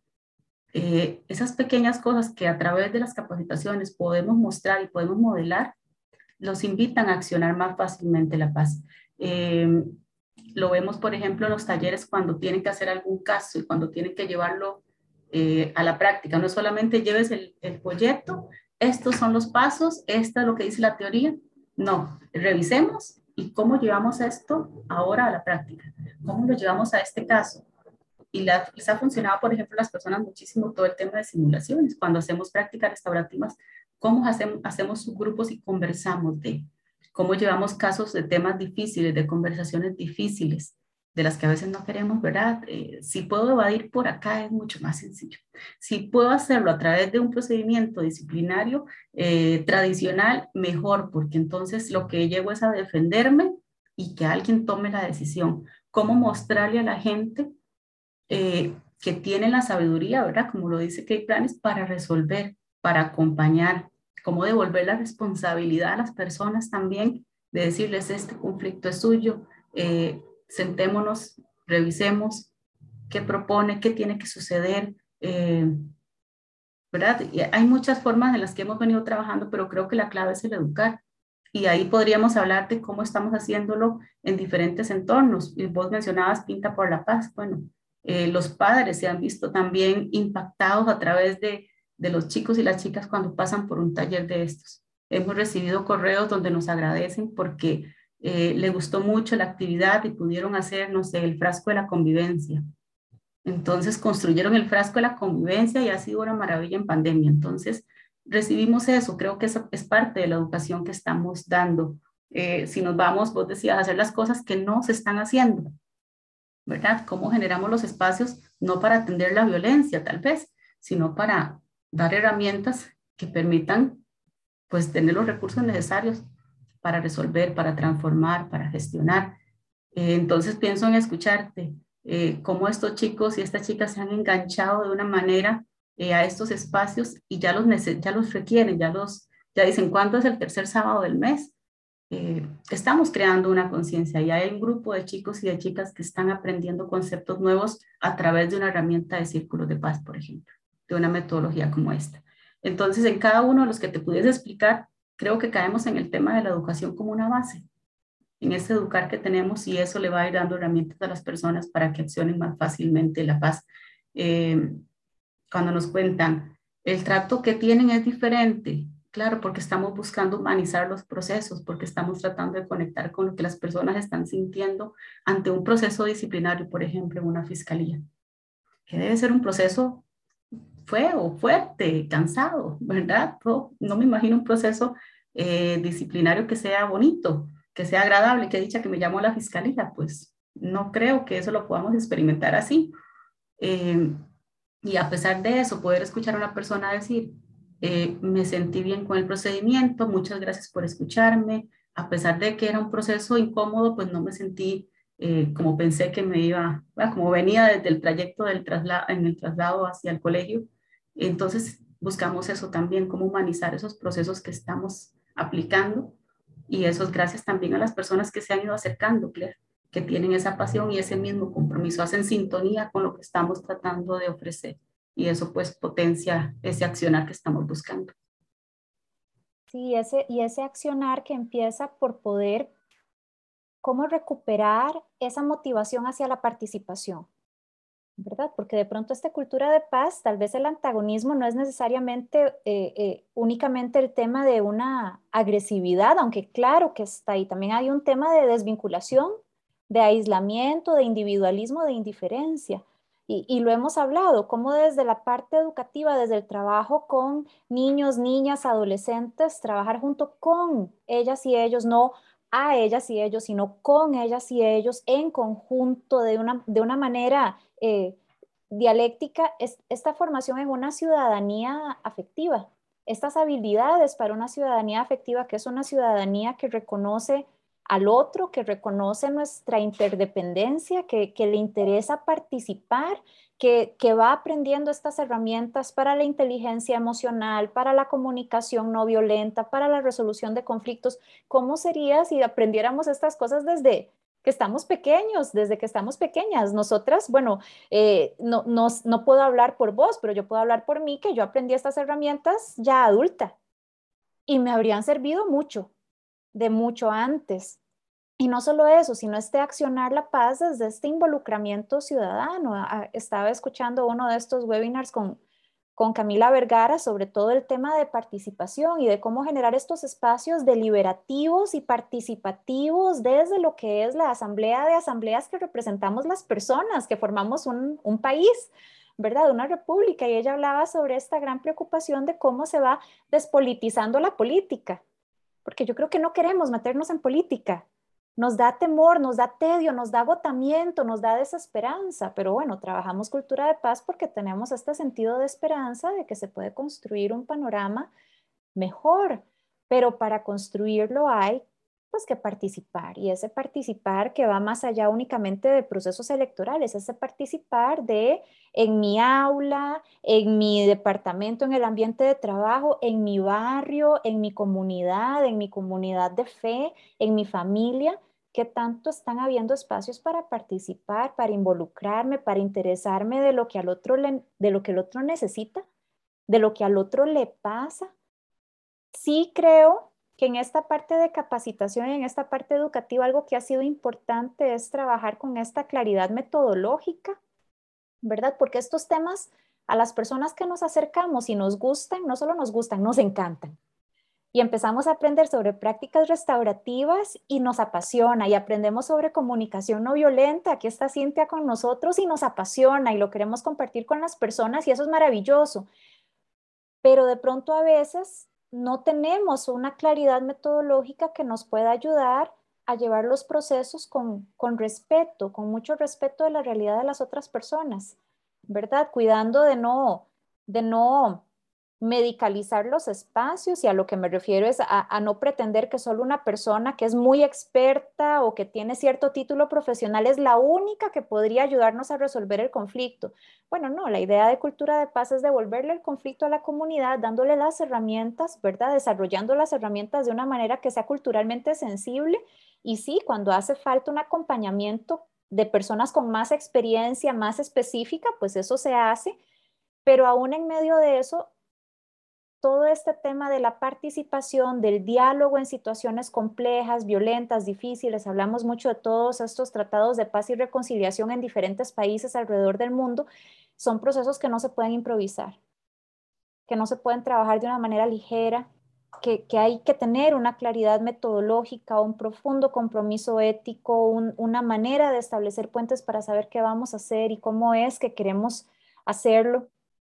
Eh, esas pequeñas cosas que a través de las capacitaciones podemos mostrar y podemos modelar, los invitan a accionar más fácilmente la paz. Eh, lo vemos, por ejemplo, en los talleres cuando tienen que hacer algún caso y cuando tienen que llevarlo eh, a la práctica. No solamente lleves el, el folleto, estos son los pasos, esto es lo que dice la teoría. No, revisemos y cómo llevamos esto ahora a la práctica. ¿Cómo lo llevamos a este caso? Y la, les ha funcionado, por ejemplo, a las personas muchísimo todo el tema de simulaciones. Cuando hacemos prácticas restaurativas, cómo hacemos, hacemos subgrupos y conversamos de cómo llevamos casos de temas difíciles, de conversaciones difíciles, de las que a veces no queremos, ¿verdad? Eh, si puedo evadir por acá es mucho más sencillo. Si puedo hacerlo a través de un procedimiento disciplinario eh, tradicional, mejor, porque entonces lo que llego es a defenderme y que alguien tome la decisión. ¿Cómo mostrarle a la gente eh, que tienen la sabiduría, ¿verdad? Como lo dice Kate Planes, para resolver, para acompañar, cómo devolver la responsabilidad a las personas también, de decirles, este conflicto es suyo, eh, sentémonos, revisemos qué propone, qué tiene que suceder, eh, ¿verdad? Y hay muchas formas en las que hemos venido trabajando, pero creo que la clave es el educar. Y ahí podríamos hablar de cómo estamos haciéndolo en diferentes entornos. Y vos mencionabas Pinta por la Paz. Bueno, eh, los padres se han visto también impactados a través de, de los chicos y las chicas cuando pasan por un taller de estos. Hemos recibido correos donde nos agradecen porque eh, les gustó mucho la actividad y pudieron hacer, no sé, el frasco de la convivencia. Entonces construyeron el frasco de la convivencia y ha sido una maravilla en pandemia. Entonces recibimos eso, creo que eso es parte de la educación que estamos dando. Eh, si nos vamos, vos decías, a hacer las cosas que no se están haciendo, ¿verdad? ¿Cómo generamos los espacios no para atender la violencia tal vez, sino para dar herramientas que permitan pues tener los recursos necesarios para resolver, para transformar, para gestionar? Eh, entonces pienso en escucharte, eh, cómo estos chicos y estas chicas se han enganchado de una manera eh, a estos espacios y ya los, ya los requieren, ya, los, ya dicen, ¿cuándo es el tercer sábado del mes? Eh, estamos creando una conciencia y hay un grupo de chicos y de chicas que están aprendiendo conceptos nuevos a través de una herramienta de círculos de paz, por ejemplo, de una metodología como esta. Entonces, en cada uno de los que te pudiese explicar, creo que caemos en el tema de la educación como una base, en ese educar que tenemos, y eso le va a ir dando herramientas a las personas para que accionen más fácilmente la paz. Eh, cuando nos cuentan, el trato que tienen es diferente, claro, porque estamos buscando humanizar los procesos, porque estamos tratando de conectar con lo que las personas están sintiendo ante un proceso disciplinario, por ejemplo, en una fiscalía, que debe ser un proceso feo, fuerte, cansado, ¿verdad? No, no me imagino un proceso eh, disciplinario que sea bonito, que sea agradable, que dicha que me llamó a la fiscalía, pues no creo que eso lo podamos experimentar así. Eh, y a pesar de eso, poder escuchar a una persona decir, eh, me sentí bien con el procedimiento, muchas gracias por escucharme, a pesar de que era un proceso incómodo, pues no me sentí eh, como pensé que me iba, bueno, como venía desde el trayecto del traslado, en el traslado hacia el colegio. Entonces buscamos eso también, cómo humanizar esos procesos que estamos aplicando, y eso es gracias también a las personas que se han ido acercando, Claire, que tienen esa pasión y ese mismo compromiso, hacen sintonía con lo que estamos tratando de ofrecer, y eso pues potencia ese accionar que estamos buscando. Sí, ese, y ese accionar que empieza por poder, cómo recuperar esa motivación hacia la participación, ¿verdad? Porque de pronto esta cultura de paz, tal vez el antagonismo no es necesariamente eh, eh, únicamente el tema de una agresividad, aunque claro que está ahí, también hay un tema de desvinculación, de aislamiento, de individualismo, de indiferencia. Y, y lo hemos hablado, como desde la parte educativa, desde el trabajo con niños, niñas, adolescentes, trabajar junto con ellas y ellos, no a ellas y ellos, sino con ellas y ellos en conjunto, de una, de una manera eh, dialéctica, es esta formación en una ciudadanía afectiva, estas habilidades para una ciudadanía afectiva, que es una ciudadanía que reconoce al otro, que reconoce nuestra interdependencia, que, que le interesa participar, que, que va aprendiendo estas herramientas para la inteligencia emocional, para la comunicación no violenta, para la resolución de conflictos. ¿Cómo sería si aprendiéramos estas cosas desde que estamos pequeños, desde que estamos pequeñas? Nosotras, bueno, eh, no, no, no puedo hablar por vos, pero yo puedo hablar por mí, que yo aprendí estas herramientas ya adulta y me habrían servido mucho, de mucho antes. Y no solo eso, sino este accionar la paz desde este involucramiento ciudadano. Estaba escuchando uno de estos webinars con, con Camila Vergara sobre todo el tema de participación y de cómo generar estos espacios deliberativos y participativos desde lo que es la asamblea de asambleas que representamos las personas, que formamos un, un país, ¿verdad? Una república. Y ella hablaba sobre esta gran preocupación de cómo se va despolitizando la política, porque yo creo que no queremos meternos en política. Nos da temor, nos da tedio, nos da agotamiento, nos da desesperanza, pero bueno, trabajamos cultura de paz porque tenemos este sentido de esperanza de que se puede construir un panorama mejor, pero para construirlo hay pues que participar, y ese participar que va más allá únicamente de procesos electorales, ese participar de en mi aula, en mi departamento, en el ambiente de trabajo, en mi barrio, en mi comunidad, en mi comunidad de fe, en mi familia, que tanto están habiendo espacios para participar, para involucrarme, para interesarme de lo que al otro, le, de lo que el otro necesita, de lo que al otro le pasa. Sí creo que en esta parte de capacitación y en esta parte educativa algo que ha sido importante es trabajar con esta claridad metodológica, ¿verdad? Porque estos temas a las personas que nos acercamos y nos gustan, no solo nos gustan, nos encantan. Y empezamos a aprender sobre prácticas restaurativas y nos apasiona, y aprendemos sobre comunicación no violenta. Aquí está Cintia con nosotros y nos apasiona y lo queremos compartir con las personas y eso es maravilloso. Pero de pronto a veces no tenemos una claridad metodológica que nos pueda ayudar a llevar los procesos con, con respeto, con mucho respeto de la realidad de las otras personas, ¿verdad? Cuidando de no, de no medicalizar los espacios, y a lo que me refiero es a, a no pretender que solo una persona que es muy experta o que tiene cierto título profesional es la única que podría ayudarnos a resolver el conflicto. Bueno, no, la idea de cultura de paz es devolverle el conflicto a la comunidad, dándole las herramientas, ¿verdad? Desarrollando las herramientas de una manera que sea culturalmente sensible, y sí, cuando hace falta un acompañamiento de personas con más experiencia, más específica, pues eso se hace, pero aún en medio de eso, todo este tema de la participación, del diálogo en situaciones complejas, violentas, difíciles, hablamos mucho de todos estos tratados de paz y reconciliación en diferentes países alrededor del mundo, son procesos que no se pueden improvisar, que no se pueden trabajar de una manera ligera, que, que hay que tener una claridad metodológica, un profundo compromiso ético, un, una manera de establecer puentes para saber qué vamos a hacer y cómo es que queremos hacerlo.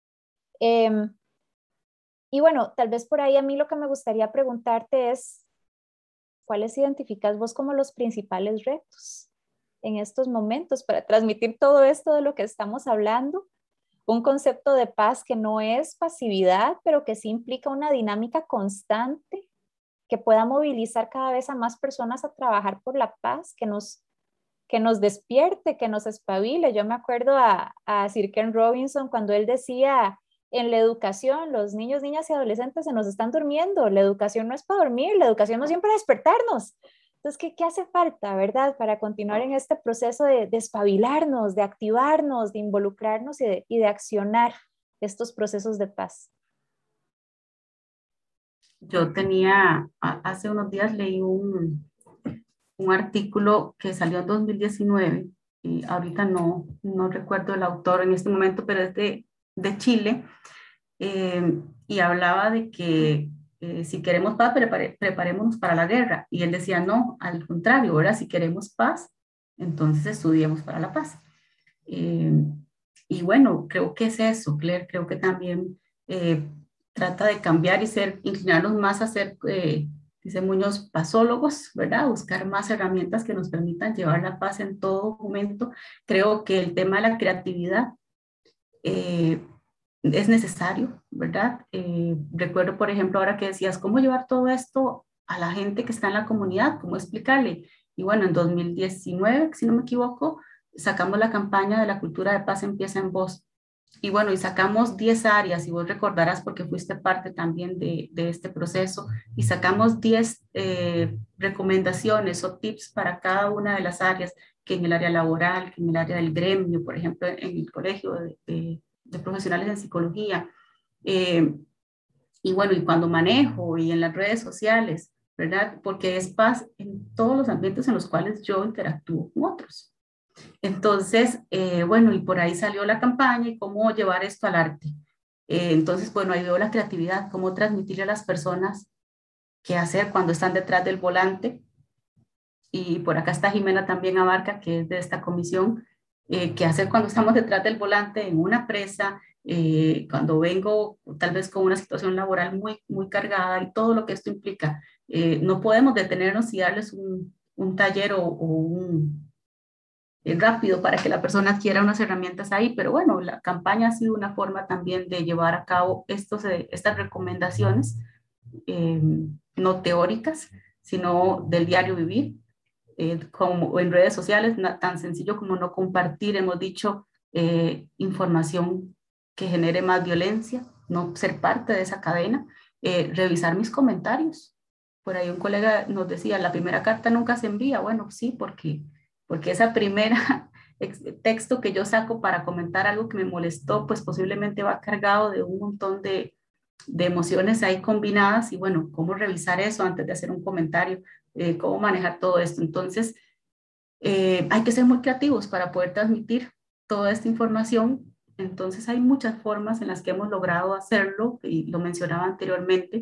Eh, Y bueno, tal vez por ahí a mí lo que me gustaría preguntarte es, ¿cuáles identificas vos como los principales retos en estos momentos para transmitir todo esto de lo que estamos hablando? Un concepto de paz que no es pasividad, pero que sí implica una dinámica constante que pueda movilizar cada vez a más personas a trabajar por la paz, que nos, que nos despierte, que nos espabile. Yo me acuerdo a, a Sir Ken Robinson cuando él decía: en la educación, los niños, niñas y adolescentes se nos están durmiendo. La educación no es para dormir, la educación no siempre es despertarnos. Entonces, ¿qué, qué hace falta, verdad, para continuar en este proceso de, de espabilarnos, de activarnos, de involucrarnos y de, y de accionar estos procesos de paz? Yo tenía, hace unos días leí un, un artículo que salió en dos mil diecinueve, y ahorita no, no recuerdo el autor en este momento, pero es de, de Chile, eh, y hablaba de que eh, si queremos paz, prepare, preparémonos para la guerra. Y él decía, no, al contrario, ahora si queremos paz, entonces estudiemos para la paz. Eh, y bueno, creo que es eso, Claire, creo que también eh, trata de cambiar y ser, inclinarnos más a ser, eh, dice Muñoz, pasólogos, ¿verdad? Buscar más herramientas que nos permitan llevar la paz en todo momento. Creo que el tema de la creatividad eh, es necesario, ¿verdad? Eh, recuerdo, por ejemplo, ahora que decías, ¿cómo llevar todo esto a la gente que está en la comunidad, cómo explicarle. Y bueno, en dos mil diecinueve, si no me equivoco, sacamos la campaña de la cultura de paz empieza en vos. Y bueno, y sacamos diez áreas, y vos recordarás porque fuiste parte también de, de este proceso, y sacamos diez eh, recomendaciones o tips para cada una de las áreas, que en el área laboral, que en el área del gremio, por ejemplo, en el colegio de, de, de profesionales en psicología. Eh, y bueno, y cuando manejo y en las redes sociales, ¿verdad? Porque es paz en todos los ambientes en los cuales yo interactúo con otros. Entonces, eh, bueno, y por ahí salió la campaña y cómo llevar esto al arte. Eh, entonces, bueno, ahí veo la creatividad, cómo transmitirle a las personas qué hacer cuando están detrás del volante. Y por acá está Jimena también Abarca, que es de esta comisión, eh, qué hacer cuando estamos detrás del volante en una presa, eh, cuando vengo tal vez con una situación laboral muy, muy cargada y todo lo que esto implica. Eh, no podemos detenernos y darles un, un taller o, o un rápido para que la persona adquiera unas herramientas ahí, pero bueno, la campaña ha sido una forma también de llevar a cabo estos, eh, estas recomendaciones, eh, no teóricas, sino del diario vivir, eh, como en redes sociales, tan sencillo como no compartir, hemos dicho, eh, información que genere más violencia, no ser parte de esa cadena, eh, revisar mis comentarios. Por ahí un colega nos decía, la primera carta nunca se envía. Bueno, sí, porque, porque esa primera texto que yo saco para comentar algo que me molestó, pues posiblemente va cargado de un montón de, de emociones ahí combinadas y bueno, cómo revisar eso antes de hacer un comentario, eh, cómo manejar todo esto. Entonces, eh, hay que ser muy creativos para poder transmitir toda esta información. Entonces, hay muchas formas en las que hemos logrado hacerlo y lo mencionaba anteriormente,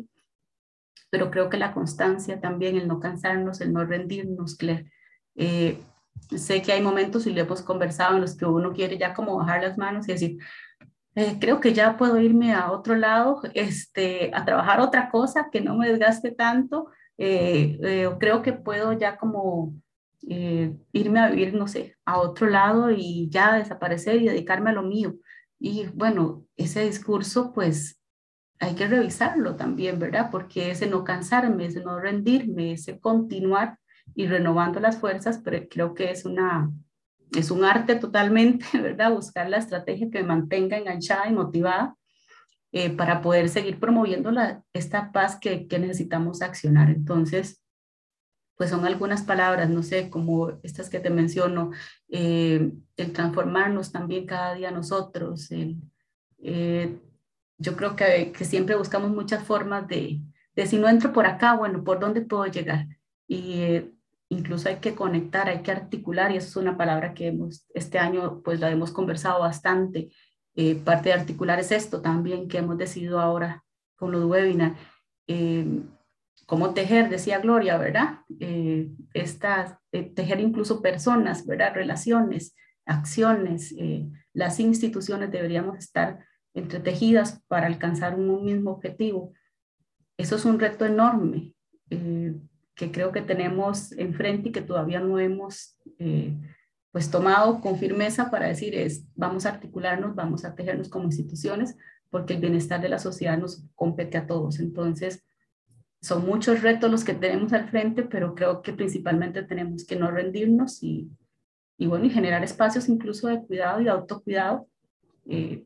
pero creo que la constancia también, el no cansarnos, el no rendirnos, Claire. Eh, sé que hay momentos y lo hemos conversado en los que uno quiere ya como bajar las manos y decir, eh, creo que ya puedo irme a otro lado, este, a trabajar otra cosa que no me desgaste tanto, eh, eh, creo que puedo ya como eh, irme a vivir, no sé, a otro lado y ya desaparecer y dedicarme a lo mío. Y bueno, ese discurso pues hay que revisarlo también, ¿verdad? Porque ese no cansarme, ese no rendirme, ese continuar y renovando las fuerzas, pero creo que es una, es un arte totalmente, ¿verdad? Buscar la estrategia que me mantenga enganchada y motivada eh, para poder seguir promoviendo la, esta paz que, que necesitamos accionar. Entonces, pues son algunas palabras, no sé, como estas que te menciono, eh, el transformarnos también cada día nosotros, el, eh, yo creo que, que siempre buscamos muchas formas de, de si no entro por acá, bueno, ¿por dónde puedo llegar? Y eh, incluso hay que conectar, hay que articular, y eso es una palabra que hemos, este año pues la hemos conversado bastante. Eh, parte de articular es esto también que hemos decidido ahora con los webinars. Eh, cómo tejer, decía Gloria, ¿verdad? Eh, estas, eh, tejer incluso personas, ¿verdad? Relaciones, acciones, eh, las instituciones deberíamos estar entretejidas para alcanzar un mismo objetivo. Eso es un reto enorme eh, que creo que tenemos enfrente y que todavía no hemos eh, pues tomado con firmeza para decir es, vamos a articularnos, vamos a tejernos como instituciones, porque el bienestar de la sociedad nos compete a todos. Entonces, son muchos retos los que tenemos al frente, pero creo que principalmente tenemos que no rendirnos y, y bueno, y generar espacios incluso de cuidado y de autocuidado eh,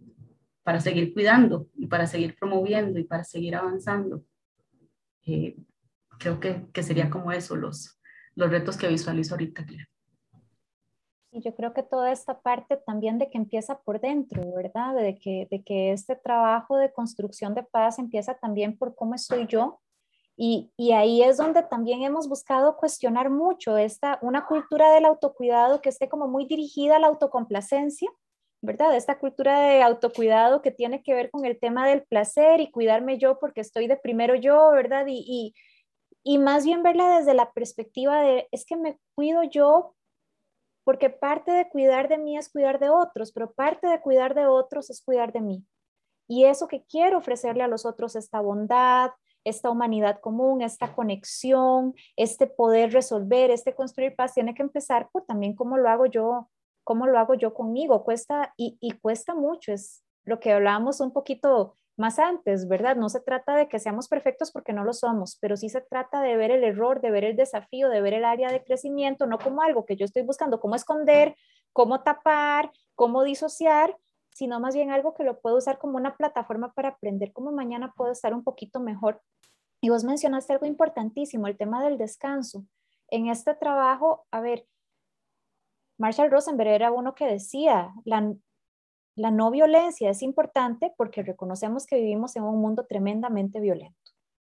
para seguir cuidando y para seguir promoviendo y para seguir avanzando. Eh, creo que, que sería como eso los, los retos que visualizo ahorita, Claire. Y yo creo que toda esta parte también de que empieza por dentro, ¿verdad? De que, de que este trabajo de construcción de paz empieza también por cómo estoy yo. Y, y ahí es donde también hemos buscado cuestionar mucho esta, una cultura del autocuidado que esté como muy dirigida a la autocomplacencia, ¿verdad? Esta cultura de autocuidado que tiene que ver con el tema del placer y cuidarme yo porque estoy de primero yo, ¿verdad? Y, y, y más bien verla desde la perspectiva de, es que me cuido yo porque parte de cuidar de mí es cuidar de otros, pero parte de cuidar de otros es cuidar de mí. Y eso que quiero ofrecerle a los otros, esta bondad, esta humanidad común, esta conexión, este poder resolver, este construir paz, tiene que empezar por también cómo lo hago yo, cómo lo hago yo conmigo. Cuesta y, y cuesta mucho, es lo que hablábamos un poquito más antes, ¿verdad? No se trata de que seamos perfectos porque no lo somos, pero sí se trata de ver el error, de ver el desafío, de ver el área de crecimiento, no como algo que yo estoy buscando cómo esconder, cómo tapar, cómo disociar, sino más bien algo que lo puedo usar como una plataforma para aprender cómo mañana puedo estar un poquito mejor. Y vos mencionaste algo importantísimo, el tema del descanso. En este trabajo, a ver, Marshall Rosenberg era uno que decía, la, la no violencia es importante porque reconocemos que vivimos en un mundo tremendamente violento.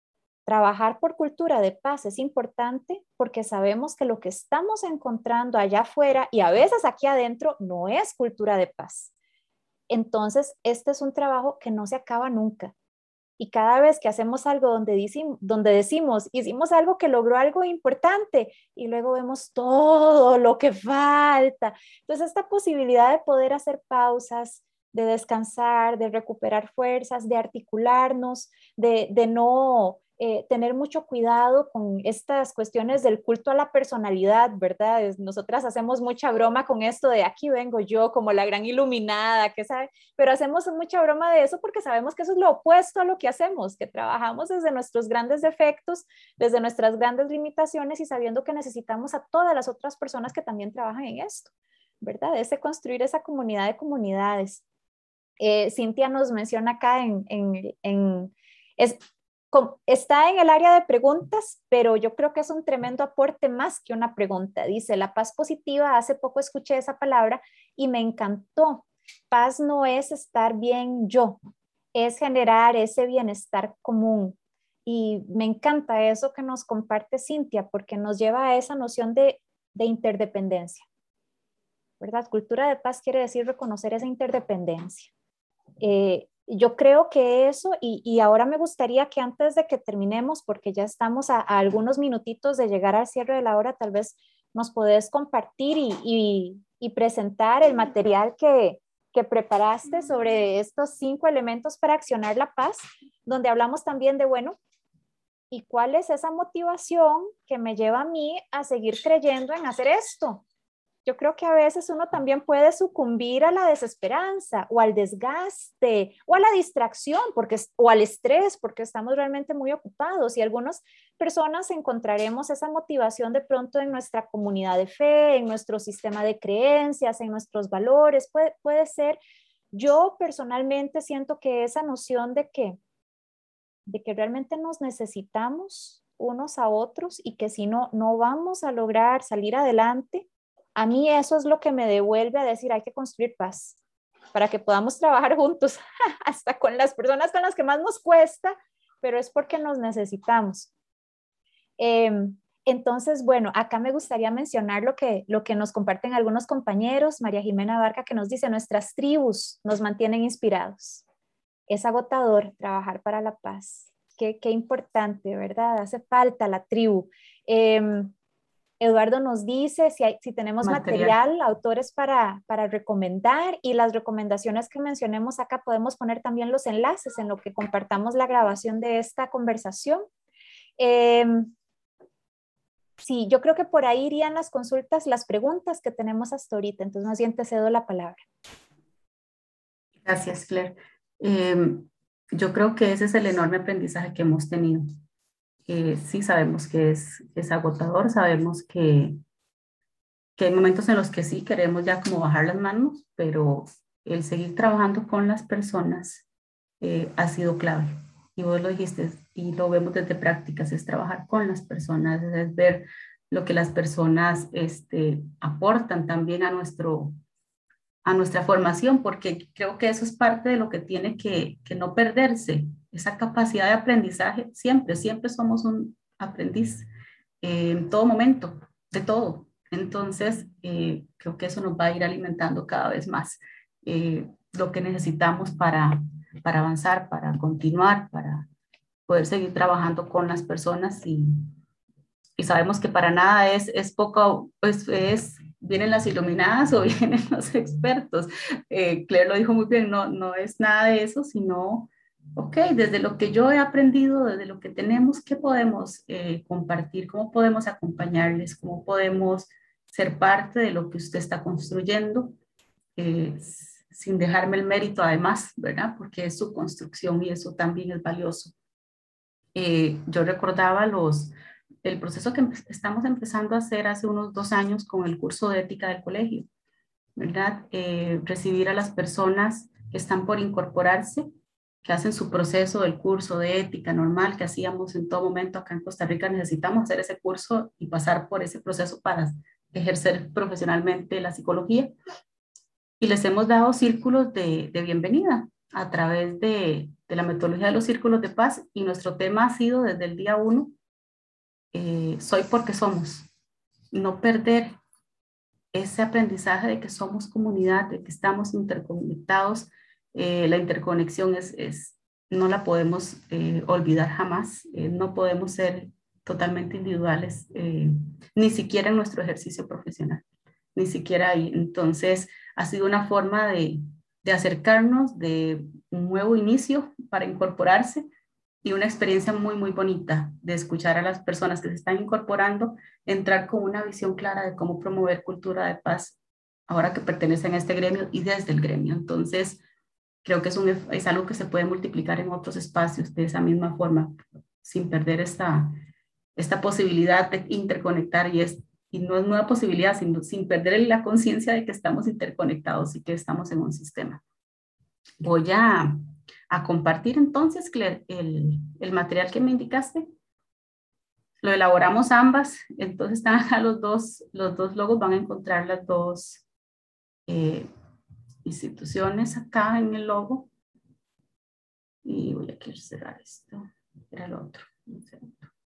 Trabajar por cultura de paz es importante porque sabemos que lo que estamos encontrando allá afuera y a veces aquí adentro no es cultura de paz. Entonces, este es un trabajo que no se acaba nunca. Y cada vez que hacemos algo donde, decimos, donde decimos, hicimos algo que logró algo importante y luego vemos todo lo que falta. Entonces, esta posibilidad de poder hacer pausas, de descansar, de recuperar fuerzas, de articularnos, de, de no eh, tener mucho cuidado con estas cuestiones del culto a la personalidad, ¿verdad? Es, nosotras hacemos mucha broma con esto de aquí vengo yo como la gran iluminada, que sabe, pero hacemos mucha broma de eso porque sabemos que eso es lo opuesto a lo que hacemos, que trabajamos desde nuestros grandes defectos, desde nuestras grandes limitaciones y sabiendo que necesitamos a todas las otras personas que también trabajan en esto, ¿verdad? Ese construir esa comunidad de comunidades. Eh, Cintia nos menciona acá en, en, en es, com, está en el área de preguntas, pero yo creo que es un tremendo aporte más que una pregunta. Dice, la paz positiva, hace poco escuché esa palabra y me encantó. Paz no es estar bien yo, es generar ese bienestar común. Y me encanta eso que nos comparte Cintia, porque nos lleva a esa noción de, de interdependencia, ¿verdad? Cultura de paz quiere decir reconocer esa interdependencia. Eh, yo creo que eso, y, y ahora me gustaría que antes de que terminemos, porque ya estamos a, a algunos minutitos de llegar al cierre de la hora, tal vez nos podés compartir y, y, y presentar el material que, que preparaste sobre estos cinco elementos para accionar la paz, donde hablamos también de, bueno, ¿y cuál es esa motivación que me lleva a mí a seguir creyendo en hacer esto? Yo creo que a veces uno también puede sucumbir a la desesperanza o al desgaste o a la distracción porque, o al estrés porque estamos realmente muy ocupados y algunas personas encontraremos esa motivación de pronto en nuestra comunidad de fe, en nuestro sistema de creencias, en nuestros valores, puede, puede ser. Yo personalmente siento que esa noción de que, de que realmente nos necesitamos unos a otros y que si no, no vamos a lograr salir adelante. A mí eso es lo que me devuelve a decir, hay que construir paz para que podamos trabajar juntos, hasta con las personas con las que más nos cuesta, pero es porque nos necesitamos. Eh, entonces, bueno, acá me gustaría mencionar lo que, lo que nos comparten algunos compañeros, María Jimena Barca, que nos dice, nuestras tribus nos mantienen inspirados. Es agotador trabajar para la paz. Qué, qué importante, ¿verdad? Hace falta la tribu. Eh, Eduardo nos dice si, hay, si tenemos material, material autores para, para recomendar y las recomendaciones que mencionemos acá podemos poner también los enlaces en lo que compartamos la grabación de esta conversación. Eh, sí, yo creo que por ahí irían las consultas, las preguntas que tenemos hasta ahorita, entonces más bien te cedo la palabra. Gracias, Claire. Eh, yo creo que ese es el enorme aprendizaje que hemos tenido. Eh, sí sabemos que es, es agotador, sabemos que, que hay momentos en los que sí queremos ya como bajar las manos, pero el seguir trabajando con las personas eh, ha sido clave. Y vos lo dijiste, y lo vemos desde prácticas, es trabajar con las personas, es ver lo que las personas este, aportan también a, nuestro, a nuestra formación, porque creo que eso es parte de lo que tiene que, que no perderse, esa capacidad de aprendizaje, siempre, siempre somos un aprendiz eh, en todo momento, de todo. Entonces, eh, creo que eso nos va a ir alimentando cada vez más eh, lo que necesitamos para, para avanzar, para continuar, para poder seguir trabajando con las personas y, y sabemos que para nada es, es poco, pues es, vienen las iluminadas o vienen los expertos. Eh, Claire lo dijo muy bien, no, no es nada de eso, sino, ok, desde lo que yo he aprendido, desde lo que tenemos, ¿qué podemos eh, compartir? ¿Cómo podemos acompañarles? ¿Cómo podemos ser parte de lo que usted está construyendo? Eh, sin dejarme el mérito además, ¿verdad? Porque es su construcción y eso también es valioso. Eh, yo recordaba los, el proceso que estamos empezando a hacer hace unos dos años con el curso de ética del colegio, ¿verdad? Eh, recibir a las personas que están por incorporarse, que hacen su proceso del curso de ética normal que hacíamos en todo momento acá en Costa Rica. Necesitamos hacer ese curso y pasar por ese proceso para ejercer profesionalmente la psicología. Y les hemos dado círculos de, de bienvenida a través de, de la metodología de los círculos de paz, y nuestro tema ha sido desde el día uno, eh, soy porque somos, no perder ese aprendizaje de que somos comunidad, de que estamos interconectados. Eh, la interconexión es, es, no la podemos eh, olvidar jamás, eh, no podemos ser totalmente individuales, eh, ni siquiera en nuestro ejercicio profesional, ni siquiera ahí. Entonces, ha sido una forma de, de acercarnos, de un nuevo inicio para incorporarse, y una experiencia muy, muy bonita de escuchar a las personas que se están incorporando, entrar con una visión clara de cómo promover cultura de paz ahora que pertenecen a este gremio y desde el gremio. Entonces, creo que es, un, es algo que se puede multiplicar en otros espacios de esa misma forma, sin perder esta, esta posibilidad de interconectar, y, es, y no es nueva posibilidad, sino sin perder la conciencia de que estamos interconectados y que estamos en un sistema. Voy a, a compartir entonces, Claire, el, el material que me indicaste. Lo elaboramos ambas, entonces están acá los dos, los dos logos, van a encontrar las dos eh, instituciones acá en el logo. Y voy a querer cerrar esto, era el otro. Un segundo.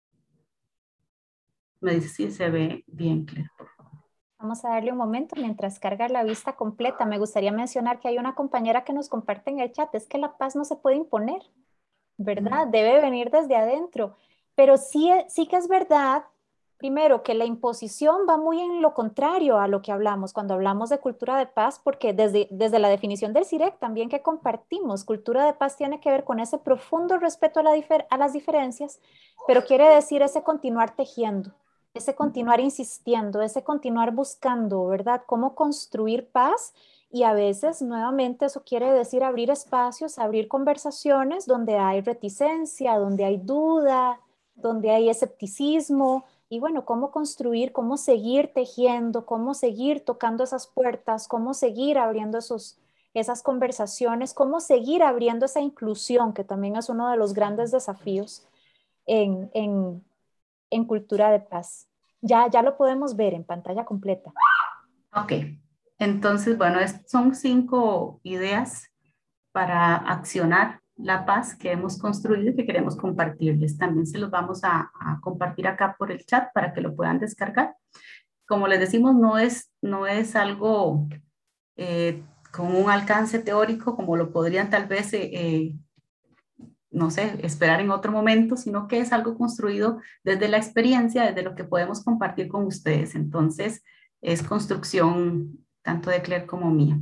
Me dice si se ve bien, Claire, por favor. Vamos a darle un momento mientras carga la vista completa. Me gustaría mencionar que hay una compañera que nos comparte en el chat, es que la paz no se puede imponer, ¿verdad? Debe venir desde adentro. Pero sí, sí que es verdad, primero, que la imposición va muy en lo contrario a lo que hablamos cuando hablamos de cultura de paz, porque desde, desde la definición del C I R E C también que compartimos, cultura de paz tiene que ver con ese profundo respeto a, la difer a las diferencias, pero quiere decir ese continuar tejiendo, ese continuar insistiendo, ese continuar buscando, ¿verdad? Cómo construir paz. Y a veces, nuevamente, eso quiere decir abrir espacios, abrir conversaciones donde hay reticencia, donde hay duda, donde hay escepticismo. Y bueno, cómo construir, cómo seguir tejiendo, cómo seguir tocando esas puertas, cómo seguir abriendo esos, esas conversaciones, cómo seguir abriendo esa inclusión, que también es uno de los grandes desafíos en, en, en cultura de paz. Ya, ya lo podemos ver en pantalla completa. Ok. Entonces, bueno, es, son cinco ideas para accionar la paz que hemos construido y que queremos compartirles. También se los vamos a, a compartir acá por el chat para que lo puedan descargar. Como les decimos, no es, no es algo eh, con un alcance teórico como lo podrían tal vez, eh, eh, no sé, esperar en otro momento, sino que es algo construido desde la experiencia, desde lo que podemos compartir con ustedes. Entonces, es construcción tanto de Claire como mía.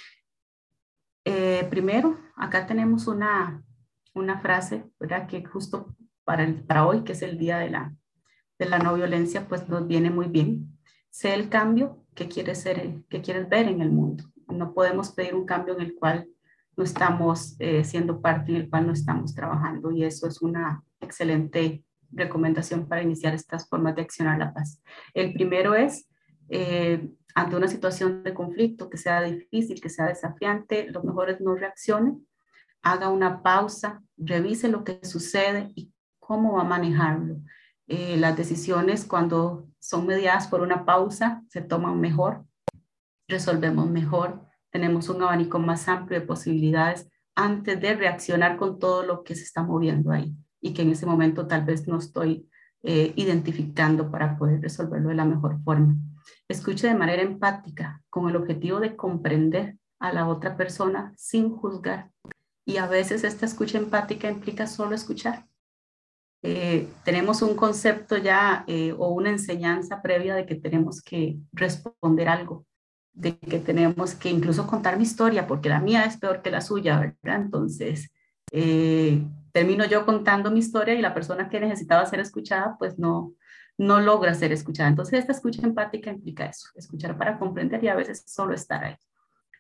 Eh, primero, acá tenemos una, una frase, ¿verdad? Que justo para, el, para hoy, que es el día de la, de la no violencia, pues nos viene muy bien. Sé el cambio que quieres, ser, que quieres ver en el mundo. No podemos pedir un cambio en el cual no estamos eh, siendo parte, en el cual no estamos trabajando, y eso es una excelente recomendación para iniciar estas formas de accionar la paz. El primero es, eh, ante una situación de conflicto que sea difícil, que sea desafiante, lo mejor es no reaccione, haga una pausa, revise lo que sucede y cómo va a manejarlo. Eh, las decisiones, cuando son mediadas por una pausa, se toman mejor, resolvemos mejor, tenemos un abanico más amplio de posibilidades antes de reaccionar con todo lo que se está moviendo ahí y que en ese momento tal vez no estoy eh, identificando para poder resolverlo de la mejor forma. Escuche de manera empática, con el objetivo de comprender a la otra persona sin juzgar. Y a veces esta escucha empática implica solo escuchar. Eh, tenemos un concepto ya eh, o una enseñanza previa de que tenemos que responder algo, de que tenemos que incluso contar mi historia, porque la mía es peor que la suya, ¿verdad? Entonces, eh, termino yo contando mi historia y la persona que necesitaba ser escuchada, pues no, no logra ser escuchada. Entonces, esta escucha empática implica eso, escuchar para comprender y a veces solo estar ahí.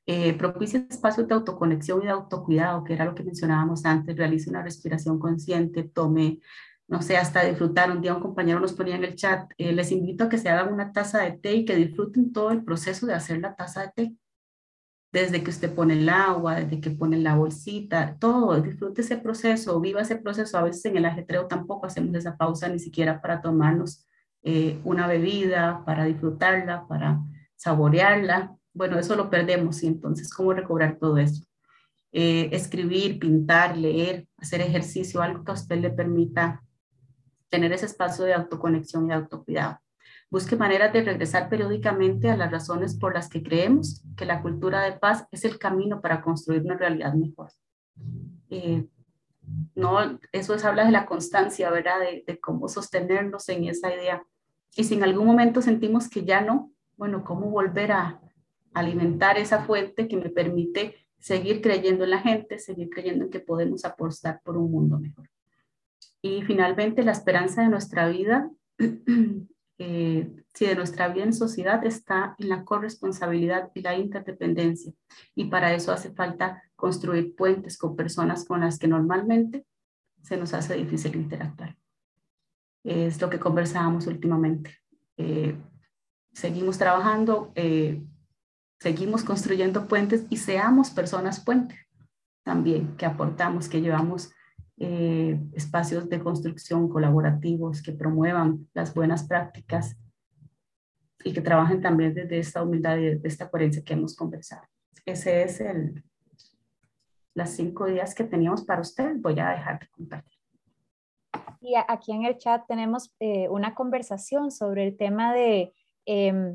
Eh, propicie espacios de autoconexión y de autocuidado, que era lo que mencionábamos antes. Realice una respiración consciente, tome, no sé, hasta disfrutar. Un día un compañero nos ponía en el chat, eh, les invito a que se hagan una taza de té y que disfruten todo el proceso de hacer la taza de té. Desde que usted pone el agua, desde que pone la bolsita, todo, disfrute ese proceso, viva ese proceso. A veces en el ajetreo tampoco hacemos esa pausa ni siquiera para tomarnos eh, una bebida, para disfrutarla, para saborearla. Bueno, eso lo perdemos y entonces, ¿cómo recobrar todo eso? Eh, escribir, pintar, leer, hacer ejercicio, algo que a usted le permita tener ese espacio de autoconexión y autocuidado. Busque maneras de regresar periódicamente a las razones por las que creemos que la cultura de paz es el camino para construir una realidad mejor. Eh, no, eso es, habla de la constancia, ¿verdad? De, de cómo sostenernos en esa idea. Y si en algún momento sentimos que ya no, bueno, ¿cómo volver a alimentar esa fuente que me permite seguir creyendo en la gente, seguir creyendo en que podemos apostar por un mundo mejor? Y finalmente, la esperanza de nuestra vida, eh, si de nuestra vida en sociedad está en la corresponsabilidad y la interdependencia. Y para eso hace falta construir puentes con personas con las que normalmente se nos hace difícil interactuar. Es lo que conversábamos últimamente. Eh, seguimos trabajando, eh, seguimos construyendo puentes y seamos personas puentes también, que aportamos, que llevamos eh, espacios de construcción colaborativos, que promuevan las buenas prácticas y que trabajen también desde esta humildad y desde esta coherencia que hemos conversado. Ese es el, las cinco días que teníamos para usted. Voy a dejar de compartir. Y aquí en el chat tenemos eh, una conversación sobre el tema de, eh,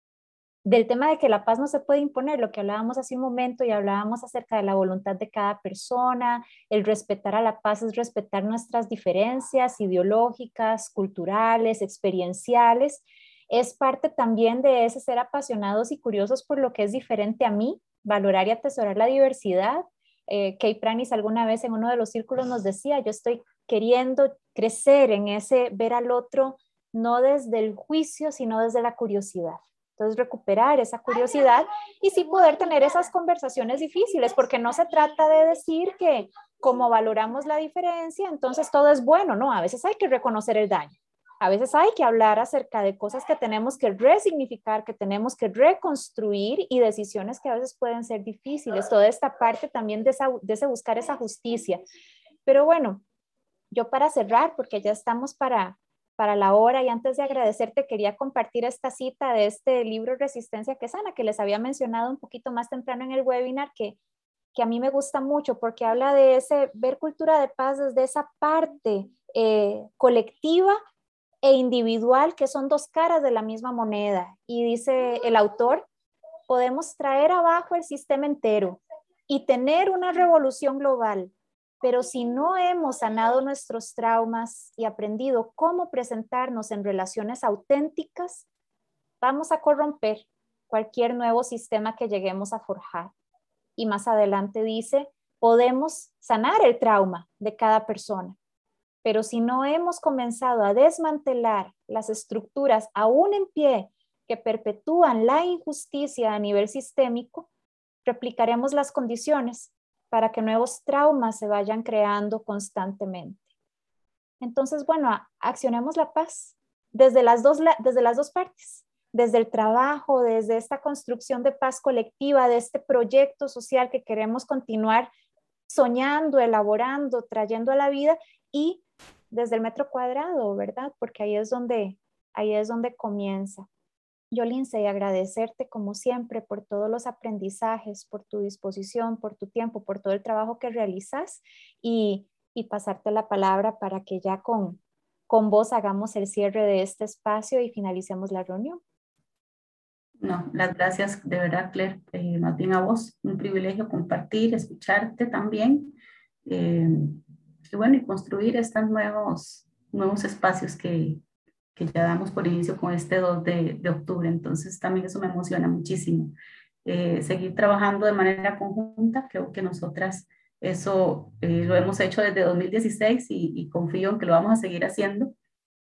del tema de que la paz no se puede imponer, lo que hablábamos hace un momento y hablábamos acerca de la voluntad de cada persona. El respetar a la paz es respetar nuestras diferencias ideológicas, culturales, experienciales. Es parte también de ese ser apasionados y curiosos por lo que es diferente a mí, valorar y atesorar la diversidad. Eh, Kay Pranis alguna vez en uno de los círculos nos decía, yo estoy queriendo crecer en ese ver al otro no desde el juicio, sino desde la curiosidad. Entonces, recuperar esa curiosidad y sí poder tener esas conversaciones difíciles, porque no se trata de decir que como valoramos la diferencia, entonces todo es bueno, no, a veces hay que reconocer el daño. A veces hay que hablar acerca de cosas que tenemos que resignificar, que tenemos que reconstruir y decisiones que a veces pueden ser difíciles. Toda esta parte también de, esa, de ese buscar esa justicia. Pero bueno, yo para cerrar, porque ya estamos para, para la hora y antes de agradecerte quería compartir esta cita de este libro Resistencia que Sana, que les había mencionado un poquito más temprano en el webinar, que, que a mí me gusta mucho porque habla de ese ver cultura de paz desde esa parte eh, colectiva e individual, que son dos caras de la misma moneda. Y dice el autor, podemos traer abajo el sistema entero y tener una revolución global, pero si no hemos sanado nuestros traumas y aprendido cómo presentarnos en relaciones auténticas, vamos a corromper cualquier nuevo sistema que lleguemos a forjar. Y más adelante dice, podemos sanar el trauma de cada persona, pero si no hemos comenzado a desmantelar las estructuras aún en pie que perpetúan la injusticia a nivel sistémico, replicaremos las condiciones para que nuevos traumas se vayan creando constantemente. Entonces, bueno, accionemos la paz desde las dos, desde las dos partes, desde el trabajo, desde esta construcción de paz colectiva, de este proyecto social que queremos continuar soñando, elaborando, trayendo a la vida, y desde el metro cuadrado, ¿verdad? Porque ahí es donde, ahí es donde comienza. Yo, Lindsay, agradecerte como siempre por todos los aprendizajes, por tu disposición, por tu tiempo, por todo el trabajo que realizas y, y pasarte la palabra para que ya con, con vos hagamos el cierre de este espacio y finalicemos la reunión. No, las gracias de verdad, Claire, eh, más bien a vos. Un privilegio compartir, escucharte también. Eh, y bueno, y construir estos nuevos, nuevos espacios que, que ya damos por inicio con este dos de, de octubre. Entonces también eso me emociona muchísimo. Eh, seguir trabajando de manera conjunta, creo que nosotras eso eh, lo hemos hecho desde dos mil dieciséis y, y confío en que lo vamos a seguir haciendo.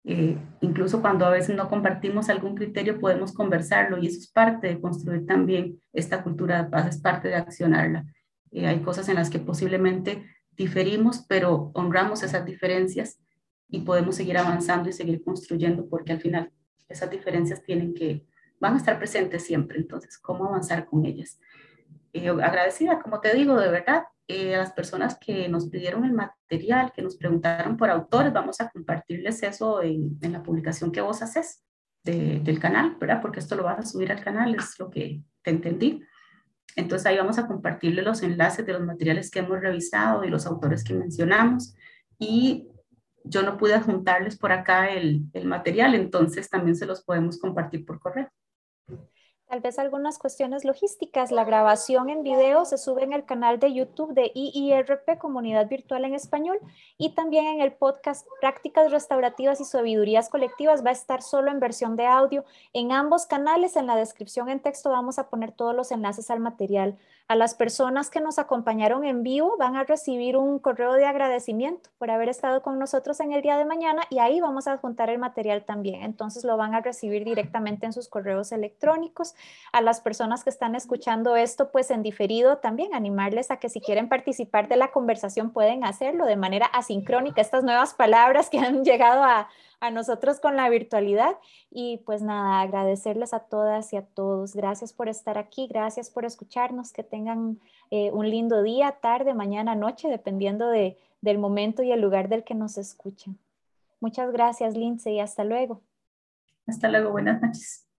Eh, incluso cuando a veces no compartimos algún criterio, podemos conversarlo y eso es parte de construir también esta cultura de paz, es parte de accionarla. Eh, hay cosas en las que posiblemente diferimos, pero honramos esas diferencias y podemos seguir avanzando y seguir construyendo, porque al final esas diferencias tienen que, van a estar presentes siempre. Entonces, ¿cómo avanzar con ellas? Eh, agradecida, como te digo, de verdad, eh, a las personas que nos pidieron el material, que nos preguntaron por autores, vamos a compartirles eso en, en la publicación que vos haces de, del canal, ¿verdad? Porque esto lo vas a subir al canal, es lo que te entendí. Entonces ahí vamos a compartirle los enlaces de los materiales que hemos revisado y los autores que mencionamos. Y yo no pude adjuntarles por acá el, el material, entonces también se los podemos compartir por correo. Tal vez algunas cuestiones logísticas. La grabación en video se sube en el canal de YouTube de I I R P, Comunidad Virtual en Español, y también en el podcast Prácticas Restaurativas y Sabidurías Colectivas va a estar solo en versión de audio. En ambos canales, en la descripción en texto, vamos a poner todos los enlaces al material. A las personas que nos acompañaron en vivo van a recibir un correo de agradecimiento por haber estado con nosotros en el día de mañana y ahí vamos a adjuntar el material también. Entonces lo van a recibir directamente en sus correos electrónicos. A las personas que están escuchando esto, pues en diferido también animarles a que si quieren participar de la conversación pueden hacerlo de manera asincrónica, estas nuevas palabras que han llegado a, a nosotros con la virtualidad. Y pues nada, agradecerles a todas y a todos. Gracias por estar aquí, gracias por escucharnos, que tengan eh, un lindo día, tarde, mañana, noche, dependiendo de, del momento y el lugar del que nos escuchen. Muchas gracias, Lindsay, y hasta luego. Hasta luego, buenas noches.